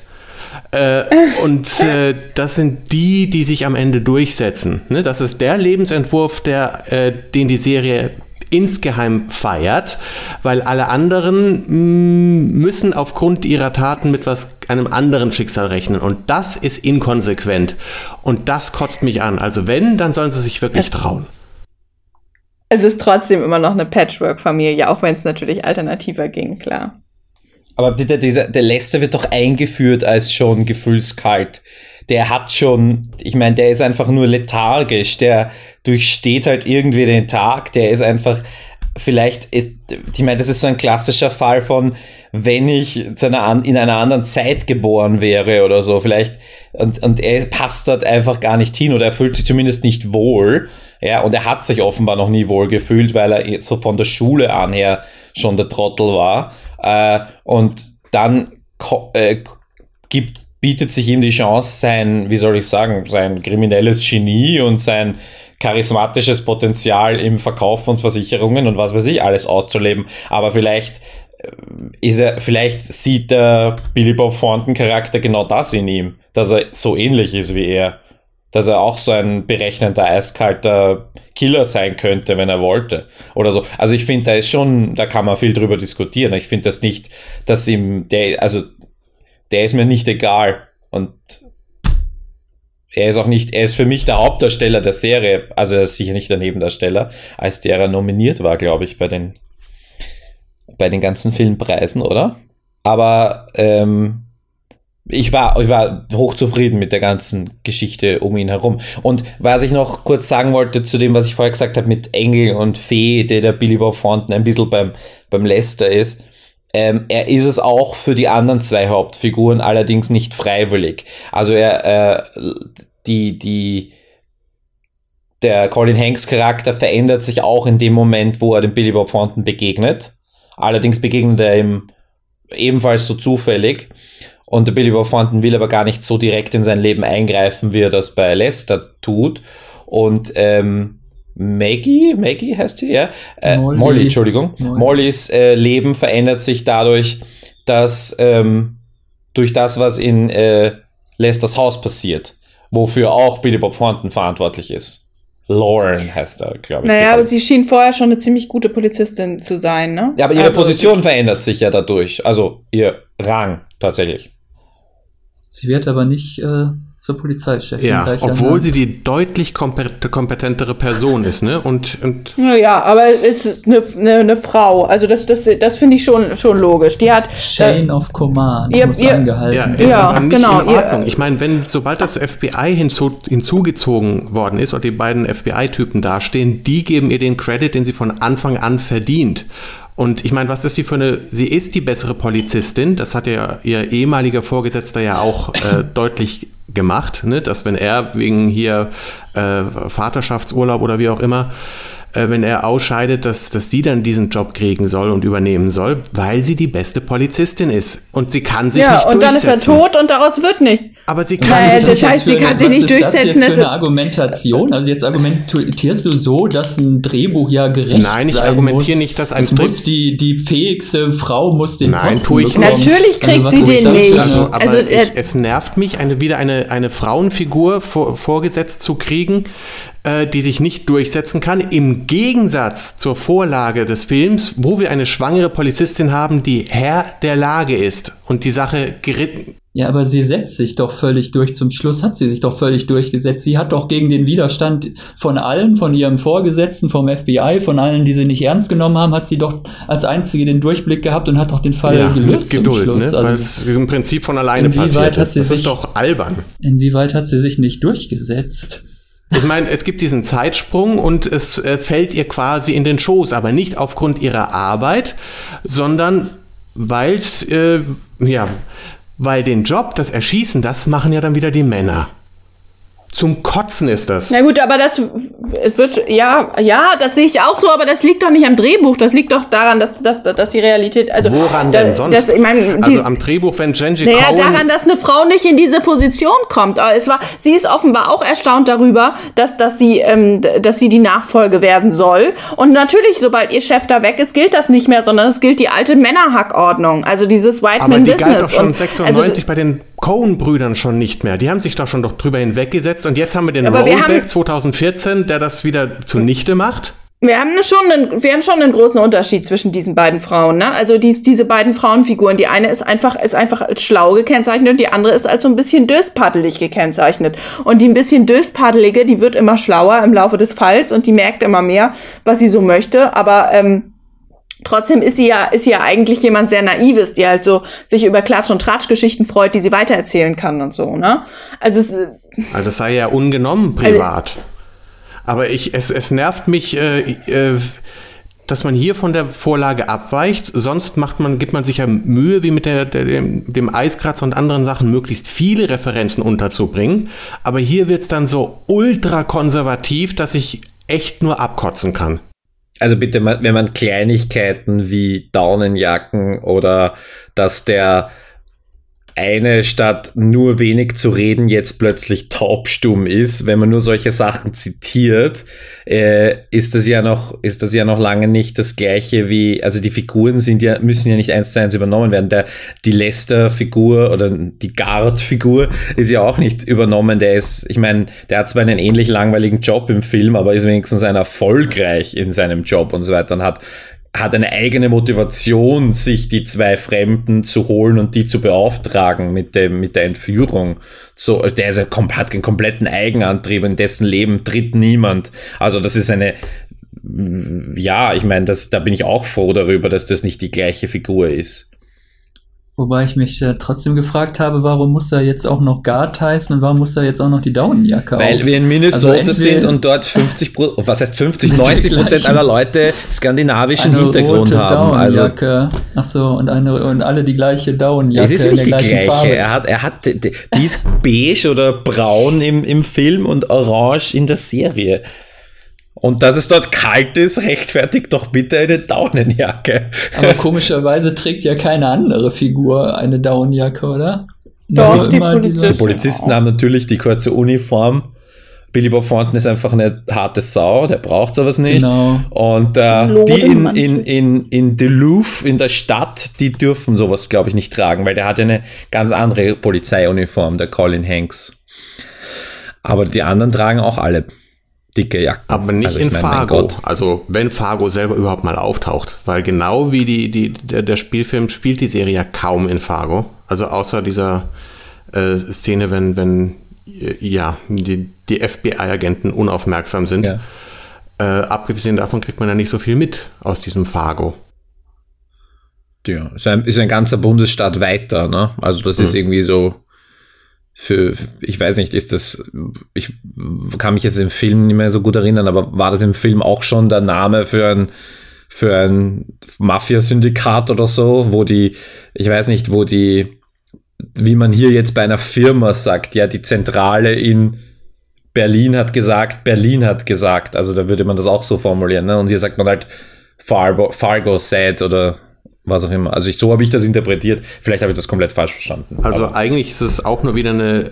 Das sind die sich am Ende durchsetzen. Ne? Das ist der Lebensentwurf, den die Serie insgeheim feiert, weil alle anderen müssen aufgrund ihrer Taten mit einem anderen Schicksal rechnen. Und das ist inkonsequent. Und das kotzt mich an. Also wenn, dann sollen sie sich wirklich trauen. Es ist trotzdem immer noch eine Patchwork-Familie, auch wenn es natürlich alternativer ging, klar. Aber bitte, der Lester wird doch eingeführt als schon gefühlskalt. Der hat schon, ich meine, der ist einfach nur lethargisch, der durchsteht halt irgendwie den Tag, der ist einfach, ich meine, das ist so ein klassischer Fall von, wenn ich in einer anderen Zeit geboren wäre oder so, vielleicht, und er passt dort einfach gar nicht hin oder er fühlt sich zumindest nicht wohl, ja, und er hat sich offenbar noch nie wohl gefühlt, weil er so von der Schule an her schon der Trottel war, und dann bietet sich ihm die Chance, sein kriminelles Genie und sein charismatisches Potenzial im Verkauf von Versicherungen und was weiß ich alles auszuleben. Aber vielleicht sieht der Billy Bob Thornton Charakter genau das in ihm, dass er so ähnlich ist wie er. Dass er auch so ein berechnender, eiskalter Killer sein könnte, wenn er wollte. Oder so. Also ich finde, da kann man viel drüber diskutieren. Ich finde das nicht, dass der ist mir nicht egal. Und er ist für mich der Hauptdarsteller der Serie. Also er ist sicher nicht der Nebendarsteller, als der er nominiert war, glaube ich, bei den ganzen Filmpreisen, oder? Aber ich war hochzufrieden mit der ganzen Geschichte um ihn herum. Und was ich noch kurz sagen wollte zu dem, was ich vorher gesagt habe mit Engel und Fee, der Billy Bob Thornton ein bisschen beim Lester ist, er ist es auch für die anderen zwei Hauptfiguren, allerdings nicht freiwillig. Also der Colin Hanks Charakter verändert sich auch in dem Moment, wo er dem Billy Bob Thornton begegnet. Allerdings begegnet er ihm ebenfalls so zufällig. Und der Billy Bob Thornton will aber gar nicht so direkt in sein Leben eingreifen, wie er das bei Lester tut. Und Maggie heißt sie, ja? Molly, Entschuldigung. Mollys Leben verändert sich dadurch, dass durch das, was in Lesters Haus passiert, wofür auch Billy Bob Thornton verantwortlich ist. Lauren heißt er, glaube ich. Naja, aber sie schien vorher schon eine ziemlich gute Polizistin zu sein, ne? Ja, aber ihre Position verändert sich ja dadurch. Also ihr Rang tatsächlich. Sie wird aber nicht zur Polizeichefin. Ja, obwohl sie die deutlich kompetentere Person ist, ne? Und ja, aber es ist eine Frau. Also das finde ich schon logisch. Die hat Chain of Command muss eingehalten. Ja, ist aber nicht in Ordnung. Ich meine, sobald das FBI hinzugezogen worden ist und die beiden FBI-Typen dastehen, die geben ihr den Credit, den sie von Anfang an verdient. Und ich meine, was ist sie ist die bessere Polizistin, das hat ja ihr ehemaliger Vorgesetzter ja auch deutlich gemacht, ne? Dass wenn er wegen hier Vaterschaftsurlaub oder wie auch immer, wenn er ausscheidet, dass sie dann diesen Job kriegen soll und übernehmen soll, weil sie die beste Polizistin ist. Und sie kann sich nicht durchsetzen. Ja, und dann ist er tot und daraus wird nichts. Aber sie kann sich das heißt, sie kann sich nicht durchsetzen. Was ist das jetzt für eine Argumentation? Also jetzt argumentierst du so, dass ein Drehbuch ja gerecht sein muss. Nein, ich argumentiere nicht, dass ein Drehbuch... die fähigste Frau muss den Nein, Posten tue ich bekommen. nicht. Natürlich kriegt sie den nicht. Es nervt mich, wieder eine Frauenfigur vorgesetzt zu kriegen, die sich nicht durchsetzen kann, im Gegensatz zur Vorlage des Films, wo wir eine schwangere Polizistin haben, die Herr der Lage ist und die Sache geritten. Ja, aber sie setzt sich doch völlig durch. Zum Schluss hat sie sich doch völlig durchgesetzt. Sie hat doch gegen den Widerstand von allen, von ihrem Vorgesetzten, vom FBI, von allen, die sie nicht ernst genommen haben, hat sie doch als Einzige den Durchblick gehabt und hat doch den Fall gelöst. Mit Geduld, zum Schluss. Ne? Weil es im Prinzip von alleine passiert ist. Das ist doch albern. Inwieweit hat sie sich nicht durchgesetzt? Ich meine, es gibt diesen Zeitsprung und es fällt ihr quasi in den Schoß, aber nicht aufgrund ihrer Arbeit, sondern weil den Job, das Erschießen, das machen ja dann wieder die Männer. Zum Kotzen ist das. Na gut, aber das sehe ich auch so, aber das liegt doch nicht am Drehbuch, das liegt doch daran, dass die Realität, also woran denn sonst? Am Drehbuch, wenn Jenji Cowan... daran, dass eine Frau nicht in diese Position kommt. Aber sie ist offenbar auch erstaunt darüber, dass sie die Nachfolge werden soll. Und natürlich, sobald ihr Chef da weg ist, gilt das nicht mehr, sondern es gilt die alte Männerhackordnung, also dieses White Man Business. Aber die galt doch schon 96 bei den Coen-Brüdern schon nicht mehr. Die haben sich doch drüber hinweggesetzt und jetzt haben wir den Rollback 2014, der das wieder zunichte macht. Wir haben schon einen großen Unterschied zwischen diesen beiden Frauen, ne? Also diese beiden Frauenfiguren. Die eine ist einfach als schlau gekennzeichnet und die andere ist als so ein bisschen döspaddelig gekennzeichnet. Und die ein bisschen döspaddelige, die wird immer schlauer im Laufe des Falls und die merkt immer mehr, was sie so möchte. Aber trotzdem ist sie ja eigentlich jemand sehr Naives, die halt so sich über Klatsch- und Tratschgeschichten freut, die sie weitererzählen kann und so, ne? Also das sei ja ungenommen privat. Aber es nervt mich, dass man hier von der Vorlage abweicht. Sonst gibt man sich ja Mühe, wie mit dem Eiskratzer und anderen Sachen, möglichst viele Referenzen unterzubringen. Aber hier wird es dann so ultra konservativ, dass ich echt nur abkotzen kann. Also bitte, wenn man Kleinigkeiten wie Daunenjacken oder dass der eine statt nur wenig zu reden jetzt plötzlich taubstumm ist, wenn man nur solche Sachen zitiert, ist das ja noch lange nicht das Gleiche wie, also die Figuren müssen ja nicht 1:1 übernommen werden. Die Lester-Figur oder die Guard-Figur ist ja auch nicht übernommen. Der hat zwar einen ähnlich langweiligen Job im Film, aber ist wenigstens erfolgreich in seinem Job und so weiter und hat eine eigene Motivation, sich die zwei Fremden zu holen und die zu beauftragen mit der Entführung. So, der hat einen kompletten Eigenantrieb, in dessen Leben tritt niemand. Also das ist da bin ich auch froh darüber, dass das nicht die gleiche Figur ist. Wobei ich mich trotzdem gefragt habe, warum muss er jetzt auch noch Guard heißen und warum muss er jetzt auch noch die Daunenjacke Weil wir in Minnesota sind und dort 90% aller Leute skandinavischen Hintergrund haben. Daunenjacke. Ach so, und alle die gleiche Daunenjacke. Es ist nicht die gleiche. Die ist beige oder braun im Film und orange in der Serie. Und dass es dort kalt ist, rechtfertigt doch bitte eine Daunenjacke. Aber komischerweise trägt ja keine andere Figur eine Daunenjacke, oder? Doch, die Polizisten haben natürlich die kurze Uniform. Billy Bob Thornton ist einfach eine harte Sau, der braucht sowas nicht. Genau. Und die in Duluth, in der Stadt, die dürfen sowas, glaube ich, nicht tragen, weil der hat ja eine ganz andere Polizeiuniform, der Colin Hanks. Aber die anderen tragen auch alle dicke Jacken. Aber nicht in Fargo. Also wenn Fargo selber überhaupt mal auftaucht. Weil genau wie der Spielfilm spielt die Serie ja kaum in Fargo. Also außer dieser Szene, wenn die FBI-Agenten unaufmerksam sind. Ja. Abgesehen davon kriegt man ja nicht so viel mit aus diesem Fargo. Ja, ist ein ganzer Bundesstaat weiter, ne? Also das ist irgendwie so ich weiß nicht, ich kann mich jetzt im Film nicht mehr so gut erinnern, aber war das im Film auch schon der Name für ein Mafia-Syndikat oder so, wie man hier jetzt bei einer Firma sagt, ja, die Zentrale in Berlin hat gesagt, also da würde man das auch so formulieren, ne? Und hier sagt man halt Fargo said oder was auch immer. Also so habe ich das interpretiert. Vielleicht habe ich das komplett falsch verstanden. Also eigentlich ist es auch nur wieder eine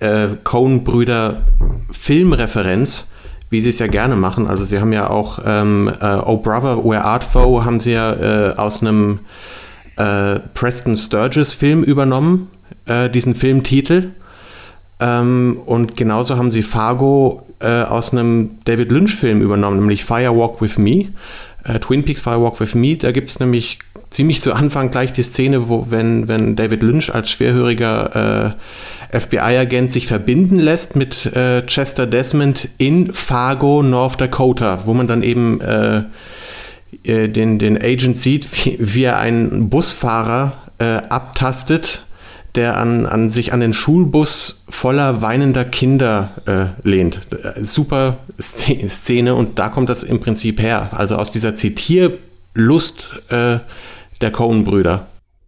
Coen-Brüder-Filmreferenz, wie sie es ja gerne machen. Also sie haben ja auch Oh Brother, Where Art Thou haben sie ja aus einem Preston Sturges-Film übernommen, diesen Filmtitel. Und genauso haben sie Fargo aus einem David Lynch-Film übernommen, nämlich Firewalk with Me. Twin Peaks Firewalk with Me, da gibt es nämlich ziemlich zu Anfang gleich die Szene, wo wenn David Lynch als schwerhöriger FBI-Agent sich verbinden lässt mit Chester Desmond in Fargo, North Dakota, wo man dann eben den Agent sieht, wie er einen Busfahrer abtastet, der sich an den Schulbus voller weinender Kinder lehnt. Super Szene und da kommt das im Prinzip her. Also aus dieser Zitierlust der Coen-Brüder.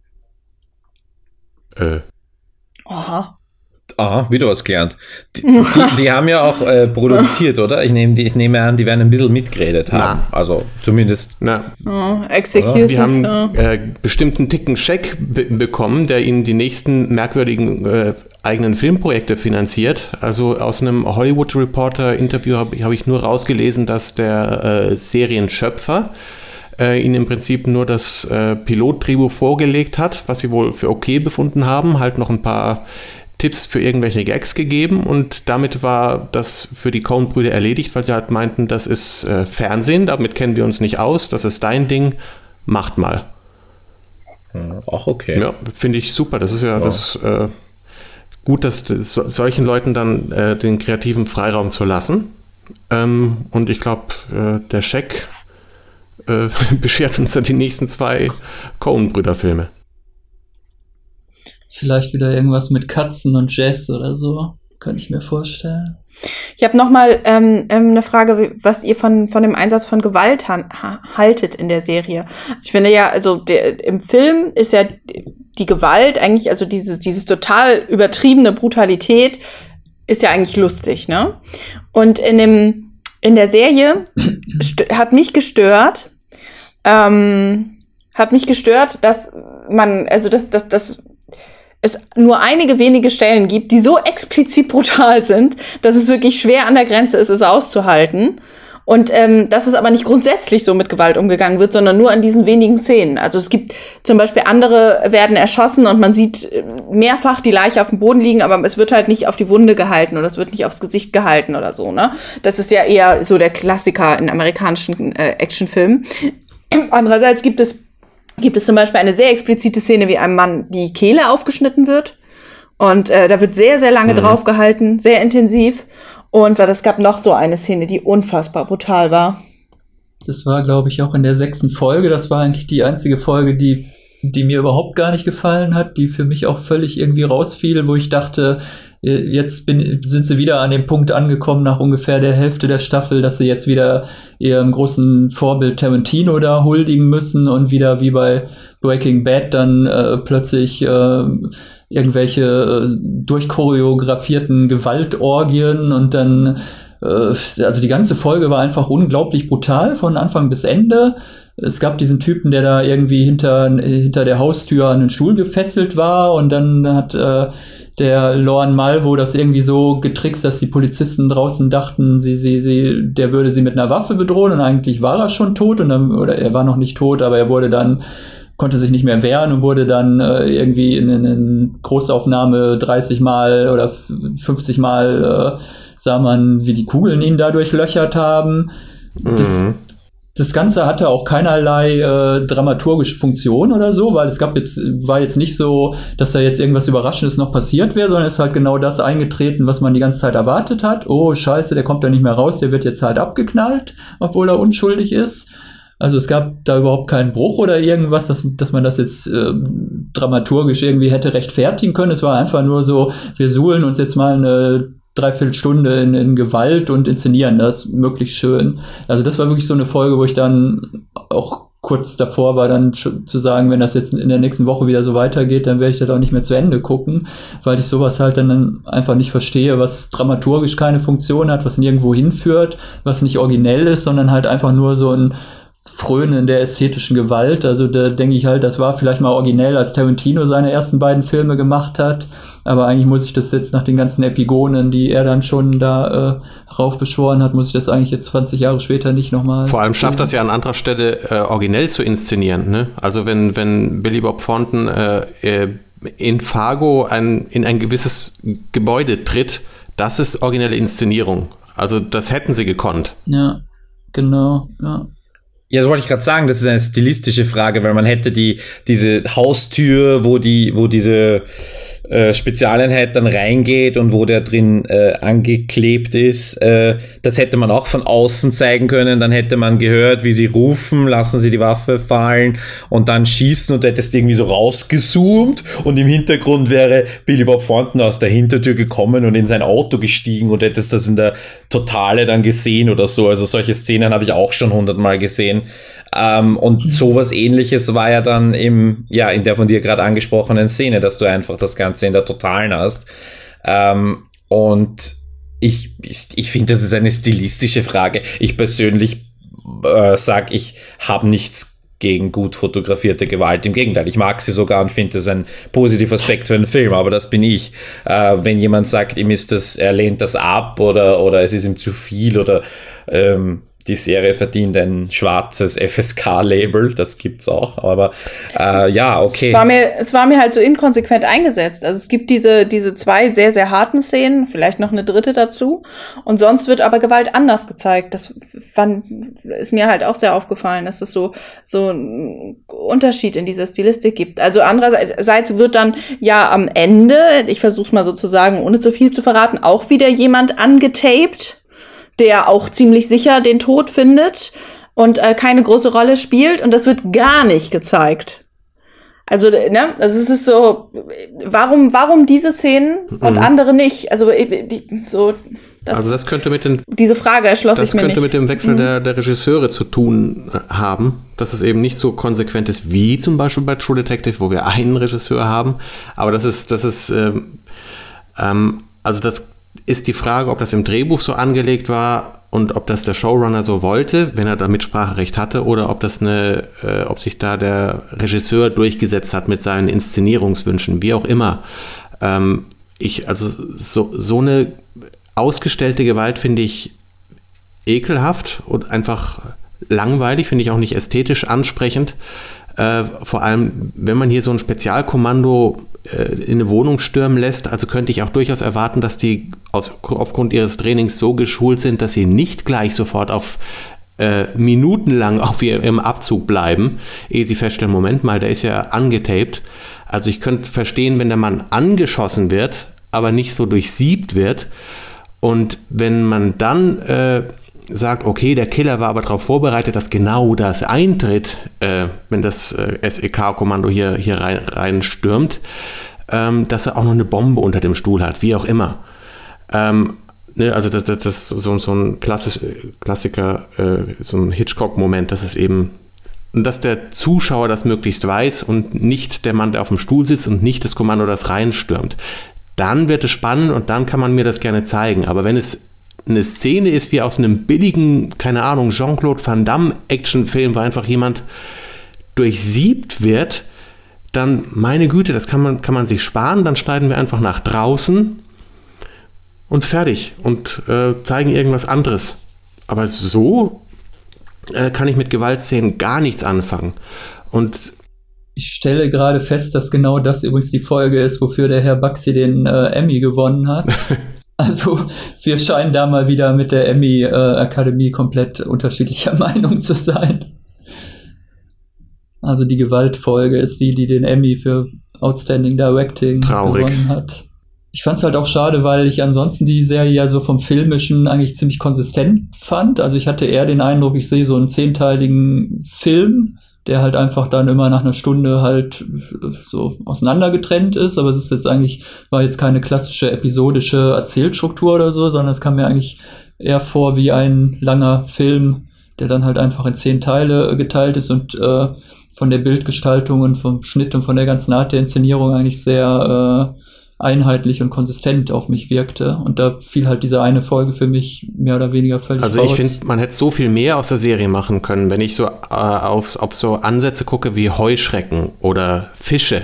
Aha. Aha, wieder was gelernt. Die haben ja auch produziert, oder? Ich nehme an, die werden ein bisschen mitgeredet haben. Also zumindest. Executive. Die haben bestimmten Ticken Scheck bekommen, der ihnen die nächsten merkwürdigen eigenen Filmprojekte finanziert. Also aus einem Hollywood Reporter-Interview habe ich nur rausgelesen, dass der Serienschöpfer ihnen im Prinzip nur das Pilotdrehbuch vorgelegt hat, was sie wohl für okay befunden haben, halt noch ein paar Tipps für irgendwelche Gags gegeben und damit war das für die Coen-Brüder erledigt, weil sie halt meinten, das ist Fernsehen, damit kennen wir uns nicht aus, das ist dein Ding, macht mal. Auch okay. Ja, finde ich super. Das ist ja das gut, dass solchen Leuten dann den kreativen Freiraum zu lassen. Und ich glaube, der Scheck beschert uns dann die nächsten 2 Coen-Brüder-Filme. Vielleicht wieder irgendwas mit Katzen und Jazz oder so. Könnte ich mir vorstellen. Ich habe nochmal eine Frage, was ihr von dem Einsatz von Gewalt haltet in der Serie. Also ich finde ja, also im Film ist ja die Gewalt eigentlich, also dieses total übertriebene Brutalität ist ja eigentlich lustig, ne? Und in der Serie hat mich gestört, dass man, also dass es nur einige wenige Stellen gibt, die so explizit brutal sind, dass es wirklich schwer an der Grenze ist, es auszuhalten. Und dass es aber nicht grundsätzlich so mit Gewalt umgegangen wird, sondern nur an diesen wenigen Szenen. Also es gibt zum Beispiel andere werden erschossen und man sieht mehrfach die Leiche auf dem Boden liegen, aber es wird halt nicht auf die Wunde gehalten oder es wird nicht aufs Gesicht gehalten oder so, ne? Das ist ja eher so der Klassiker in amerikanischen Actionfilmen. Andererseits gibt es zum Beispiel eine sehr explizite Szene, wie einem Mann die Kehle aufgeschnitten wird. Und da wird sehr, sehr lange drauf gehalten, sehr intensiv. Und es gab noch so eine Szene, die unfassbar brutal war. Das war, glaube ich, auch in der 6. Folge. Das war eigentlich die einzige Folge, die mir überhaupt gar nicht gefallen hat, die für mich auch völlig irgendwie rausfiel, wo ich dachte, jetzt sind sie wieder an dem Punkt angekommen, nach ungefähr der Hälfte der Staffel, dass sie jetzt wieder ihrem großen Vorbild Tarantino da huldigen müssen und wieder wie bei Breaking Bad dann plötzlich irgendwelche durchchoreografierten Gewaltorgien und dann also die ganze Folge war einfach unglaublich brutal von Anfang bis Ende. Es gab diesen Typen, der da irgendwie hinter der Haustür an den Stuhl gefesselt war und dann hat der Lorne Malvo das irgendwie so getrickst, dass die Polizisten draußen dachten, der würde sie mit einer Waffe bedrohen und eigentlich war er schon tot oder er war noch nicht tot, aber er konnte sich nicht mehr wehren und wurde dann irgendwie in Großaufnahme 30 Mal oder 50 Mal sah man, wie die Kugeln ihn da durchlöchert haben. Das Ganze hatte auch keinerlei dramaturgische Funktion oder so, weil war jetzt nicht so, dass da jetzt irgendwas Überraschendes noch passiert wäre, sondern es ist halt genau das eingetreten, was man die ganze Zeit erwartet hat. Oh, scheiße, der kommt da nicht mehr raus, der wird jetzt halt abgeknallt, obwohl er unschuldig ist. Also es gab da überhaupt keinen Bruch oder irgendwas, dass man das jetzt dramaturgisch irgendwie hätte rechtfertigen können. Es war einfach nur so, wir suhlen uns jetzt mal eine Dreiviertelstunde in Gewalt und inszenieren das möglichst schön. Also das war wirklich so eine Folge, wo ich dann auch kurz davor war, dann zu sagen, wenn das jetzt in der nächsten Woche wieder so weitergeht, dann werde ich das auch nicht mehr zu Ende gucken, weil ich sowas halt dann einfach nicht verstehe, was dramaturgisch keine Funktion hat, was nirgendwo hinführt, was nicht originell ist, sondern halt einfach nur so ein Frönen der ästhetischen Gewalt. Also da denke ich halt, das war vielleicht mal originell, als Tarantino seine ersten beiden Filme gemacht hat, aber eigentlich muss ich das jetzt nach den ganzen Epigonen, die er dann schon da raufbeschworen hat, muss ich das eigentlich jetzt 20 Jahre später nicht nochmal. Vor allem schafft das ja an anderer Stelle originell zu inszenieren, ne? Also wenn Billy Bob Thornton in Fargo in ein gewisses Gebäude tritt, das ist originelle Inszenierung. Also das hätten sie gekonnt. Ja, genau, ja. Ja, das wollte ich gerade sagen, das ist eine stilistische Frage, weil man hätte diese Haustür, wo diese Spezialeinheit dann reingeht und wo der drin angeklebt ist, das hätte man auch von außen zeigen können, dann hätte man gehört, wie sie rufen, lassen sie die Waffe fallen und dann schießen und du hättest irgendwie so rausgezoomt und im Hintergrund wäre Billy Bob Thornton aus der Hintertür gekommen und in sein Auto gestiegen und hättest das in der Totale dann gesehen oder so, also solche Szenen habe ich auch schon 100-mal gesehen. Und sowas Ähnliches war ja dann in der von dir gerade angesprochenen Szene, dass du einfach das Ganze in der Totalen hast. Und ich finde, das ist eine stilistische Frage. Ich persönlich sage, ich habe nichts gegen gut fotografierte Gewalt. Im Gegenteil, ich mag sie sogar und finde das ein positiver Aspekt für einen Film, aber das bin ich. Wenn jemand sagt, er lehnt das ab oder es ist ihm zu viel oder die Serie verdient ein schwarzes FSK-Label, das gibt's auch, aber ja, okay. Es war mir halt so inkonsequent eingesetzt. Also es gibt diese 2 sehr, sehr harten Szenen, vielleicht noch eine dritte dazu, und sonst wird aber Gewalt anders gezeigt. Das ist mir halt auch sehr aufgefallen, dass es so einen Unterschied in dieser Stilistik gibt. Also andererseits wird dann ja am Ende, ich versuch's mal so zu sagen, ohne zu viel zu verraten, auch wieder jemand angetaped, der auch ziemlich sicher den Tod findet und keine große Rolle spielt, und das wird gar nicht gezeigt. Also, ne, also es ist so, warum diese Szenen und andere nicht? Also, das könnte diese Frage erschloss ich mir nicht. Das könnte mit dem Wechsel der Regisseure zu tun haben, dass es eben nicht so konsequent ist wie zum Beispiel bei True Detective, wo wir einen Regisseur haben. Aber das ist die Frage, ob das im Drehbuch so angelegt war und ob das der Showrunner so wollte, wenn er da Mitspracherecht hatte, oder ob sich da der Regisseur durchgesetzt hat mit seinen Inszenierungswünschen, wie auch immer. So eine ausgestellte Gewalt finde ich ekelhaft und einfach langweilig, finde ich auch nicht ästhetisch ansprechend. Vor allem, wenn man hier so ein Spezialkommando in eine Wohnung stürmen lässt, also könnte ich auch durchaus erwarten, dass die aufgrund ihres Trainings so geschult sind, dass sie nicht gleich sofort auf minutenlang auf ihrem Abzug bleiben, ehe sie feststellen, Moment mal, der ist ja angetaped. Also ich könnte verstehen, wenn der Mann angeschossen wird, aber nicht so durchsiebt wird. Und wenn man dann sagt, okay, der Killer war aber darauf vorbereitet, dass genau das eintritt, wenn das SEK-Kommando hier reinstürmt, dass er auch noch eine Bombe unter dem Stuhl hat, wie auch immer. Also das ist so ein Klassiker, so ein Hitchcock-Moment, dass es eben, dass der Zuschauer das möglichst weiß und nicht der Mann, der auf dem Stuhl sitzt, und nicht das Kommando, das reinstürmt. Dann wird es spannend und dann kann man mir das gerne zeigen. Aber wenn es eine Szene ist wie aus einem billigen, keine Ahnung, Jean-Claude Van Damme Actionfilm, wo einfach jemand durchsiebt wird, dann, meine Güte, das kann man sich sparen, dann schneiden wir einfach nach draußen und fertig und zeigen irgendwas anderes. Aber so kann ich mit Gewaltszenen gar nichts anfangen. Und ich stelle gerade fest, dass genau das übrigens die Folge ist, wofür der Herr Baxi den Emmy gewonnen hat. Also wir scheinen da mal wieder mit der Emmy-Akademie komplett unterschiedlicher Meinung zu sein. Also die Gewaltfolge ist die den Emmy für Outstanding Directing gewonnen hat. Ich fand es halt auch schade, weil ich ansonsten die Serie ja so vom Filmischen eigentlich ziemlich konsistent fand. Also ich hatte eher den Eindruck, ich sehe so einen 10-teiligen Film, der halt einfach dann immer nach einer Stunde halt so auseinandergetrennt ist, aber war jetzt keine klassische episodische Erzählstruktur oder so, sondern es kam mir eigentlich eher vor wie ein langer Film, der dann halt einfach in 10 Teile geteilt ist und von der Bildgestaltung und vom Schnitt und von der ganzen Art der Inszenierung eigentlich sehr einheitlich und konsistent auf mich wirkte. Und da fiel halt diese eine Folge für mich mehr oder weniger völlig raus. Also ich finde, man hätte so viel mehr aus der Serie machen können, wenn ich so auf so Ansätze gucke wie Heuschrecken oder Fische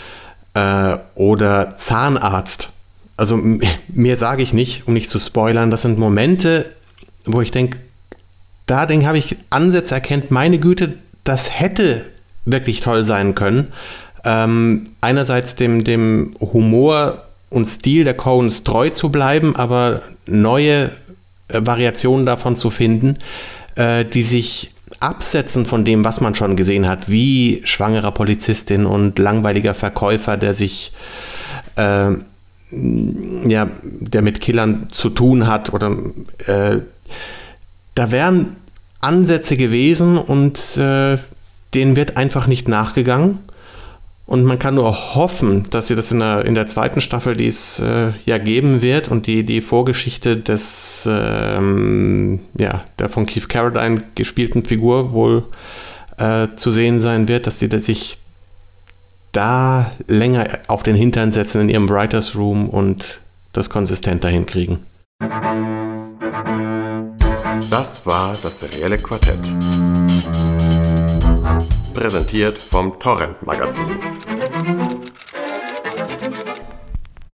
oder Zahnarzt. Also mehr sage ich nicht, um nicht zu spoilern. Das sind Momente, wo ich denke, habe ich Ansätze erkannt, meine Güte, das hätte wirklich toll sein können. Einerseits dem Humor und Stil der Coens treu zu bleiben, aber neue Variationen davon zu finden, die sich absetzen von dem, was man schon gesehen hat, wie schwangerer Polizistin und langweiliger Verkäufer, der mit Killern zu tun hat, oder da wären Ansätze gewesen und denen wird einfach nicht nachgegangen. Und man kann nur hoffen, dass sie das in der zweiten Staffel, die es geben wird, und die Vorgeschichte der von Keith Carradine gespielten Figur wohl zu sehen sein wird, dass sie sich da länger auf den Hintern setzen in ihrem Writers Room und das konsistenter hinkriegen. Das war das serielle Quartett. Präsentiert vom Torrent Magazin.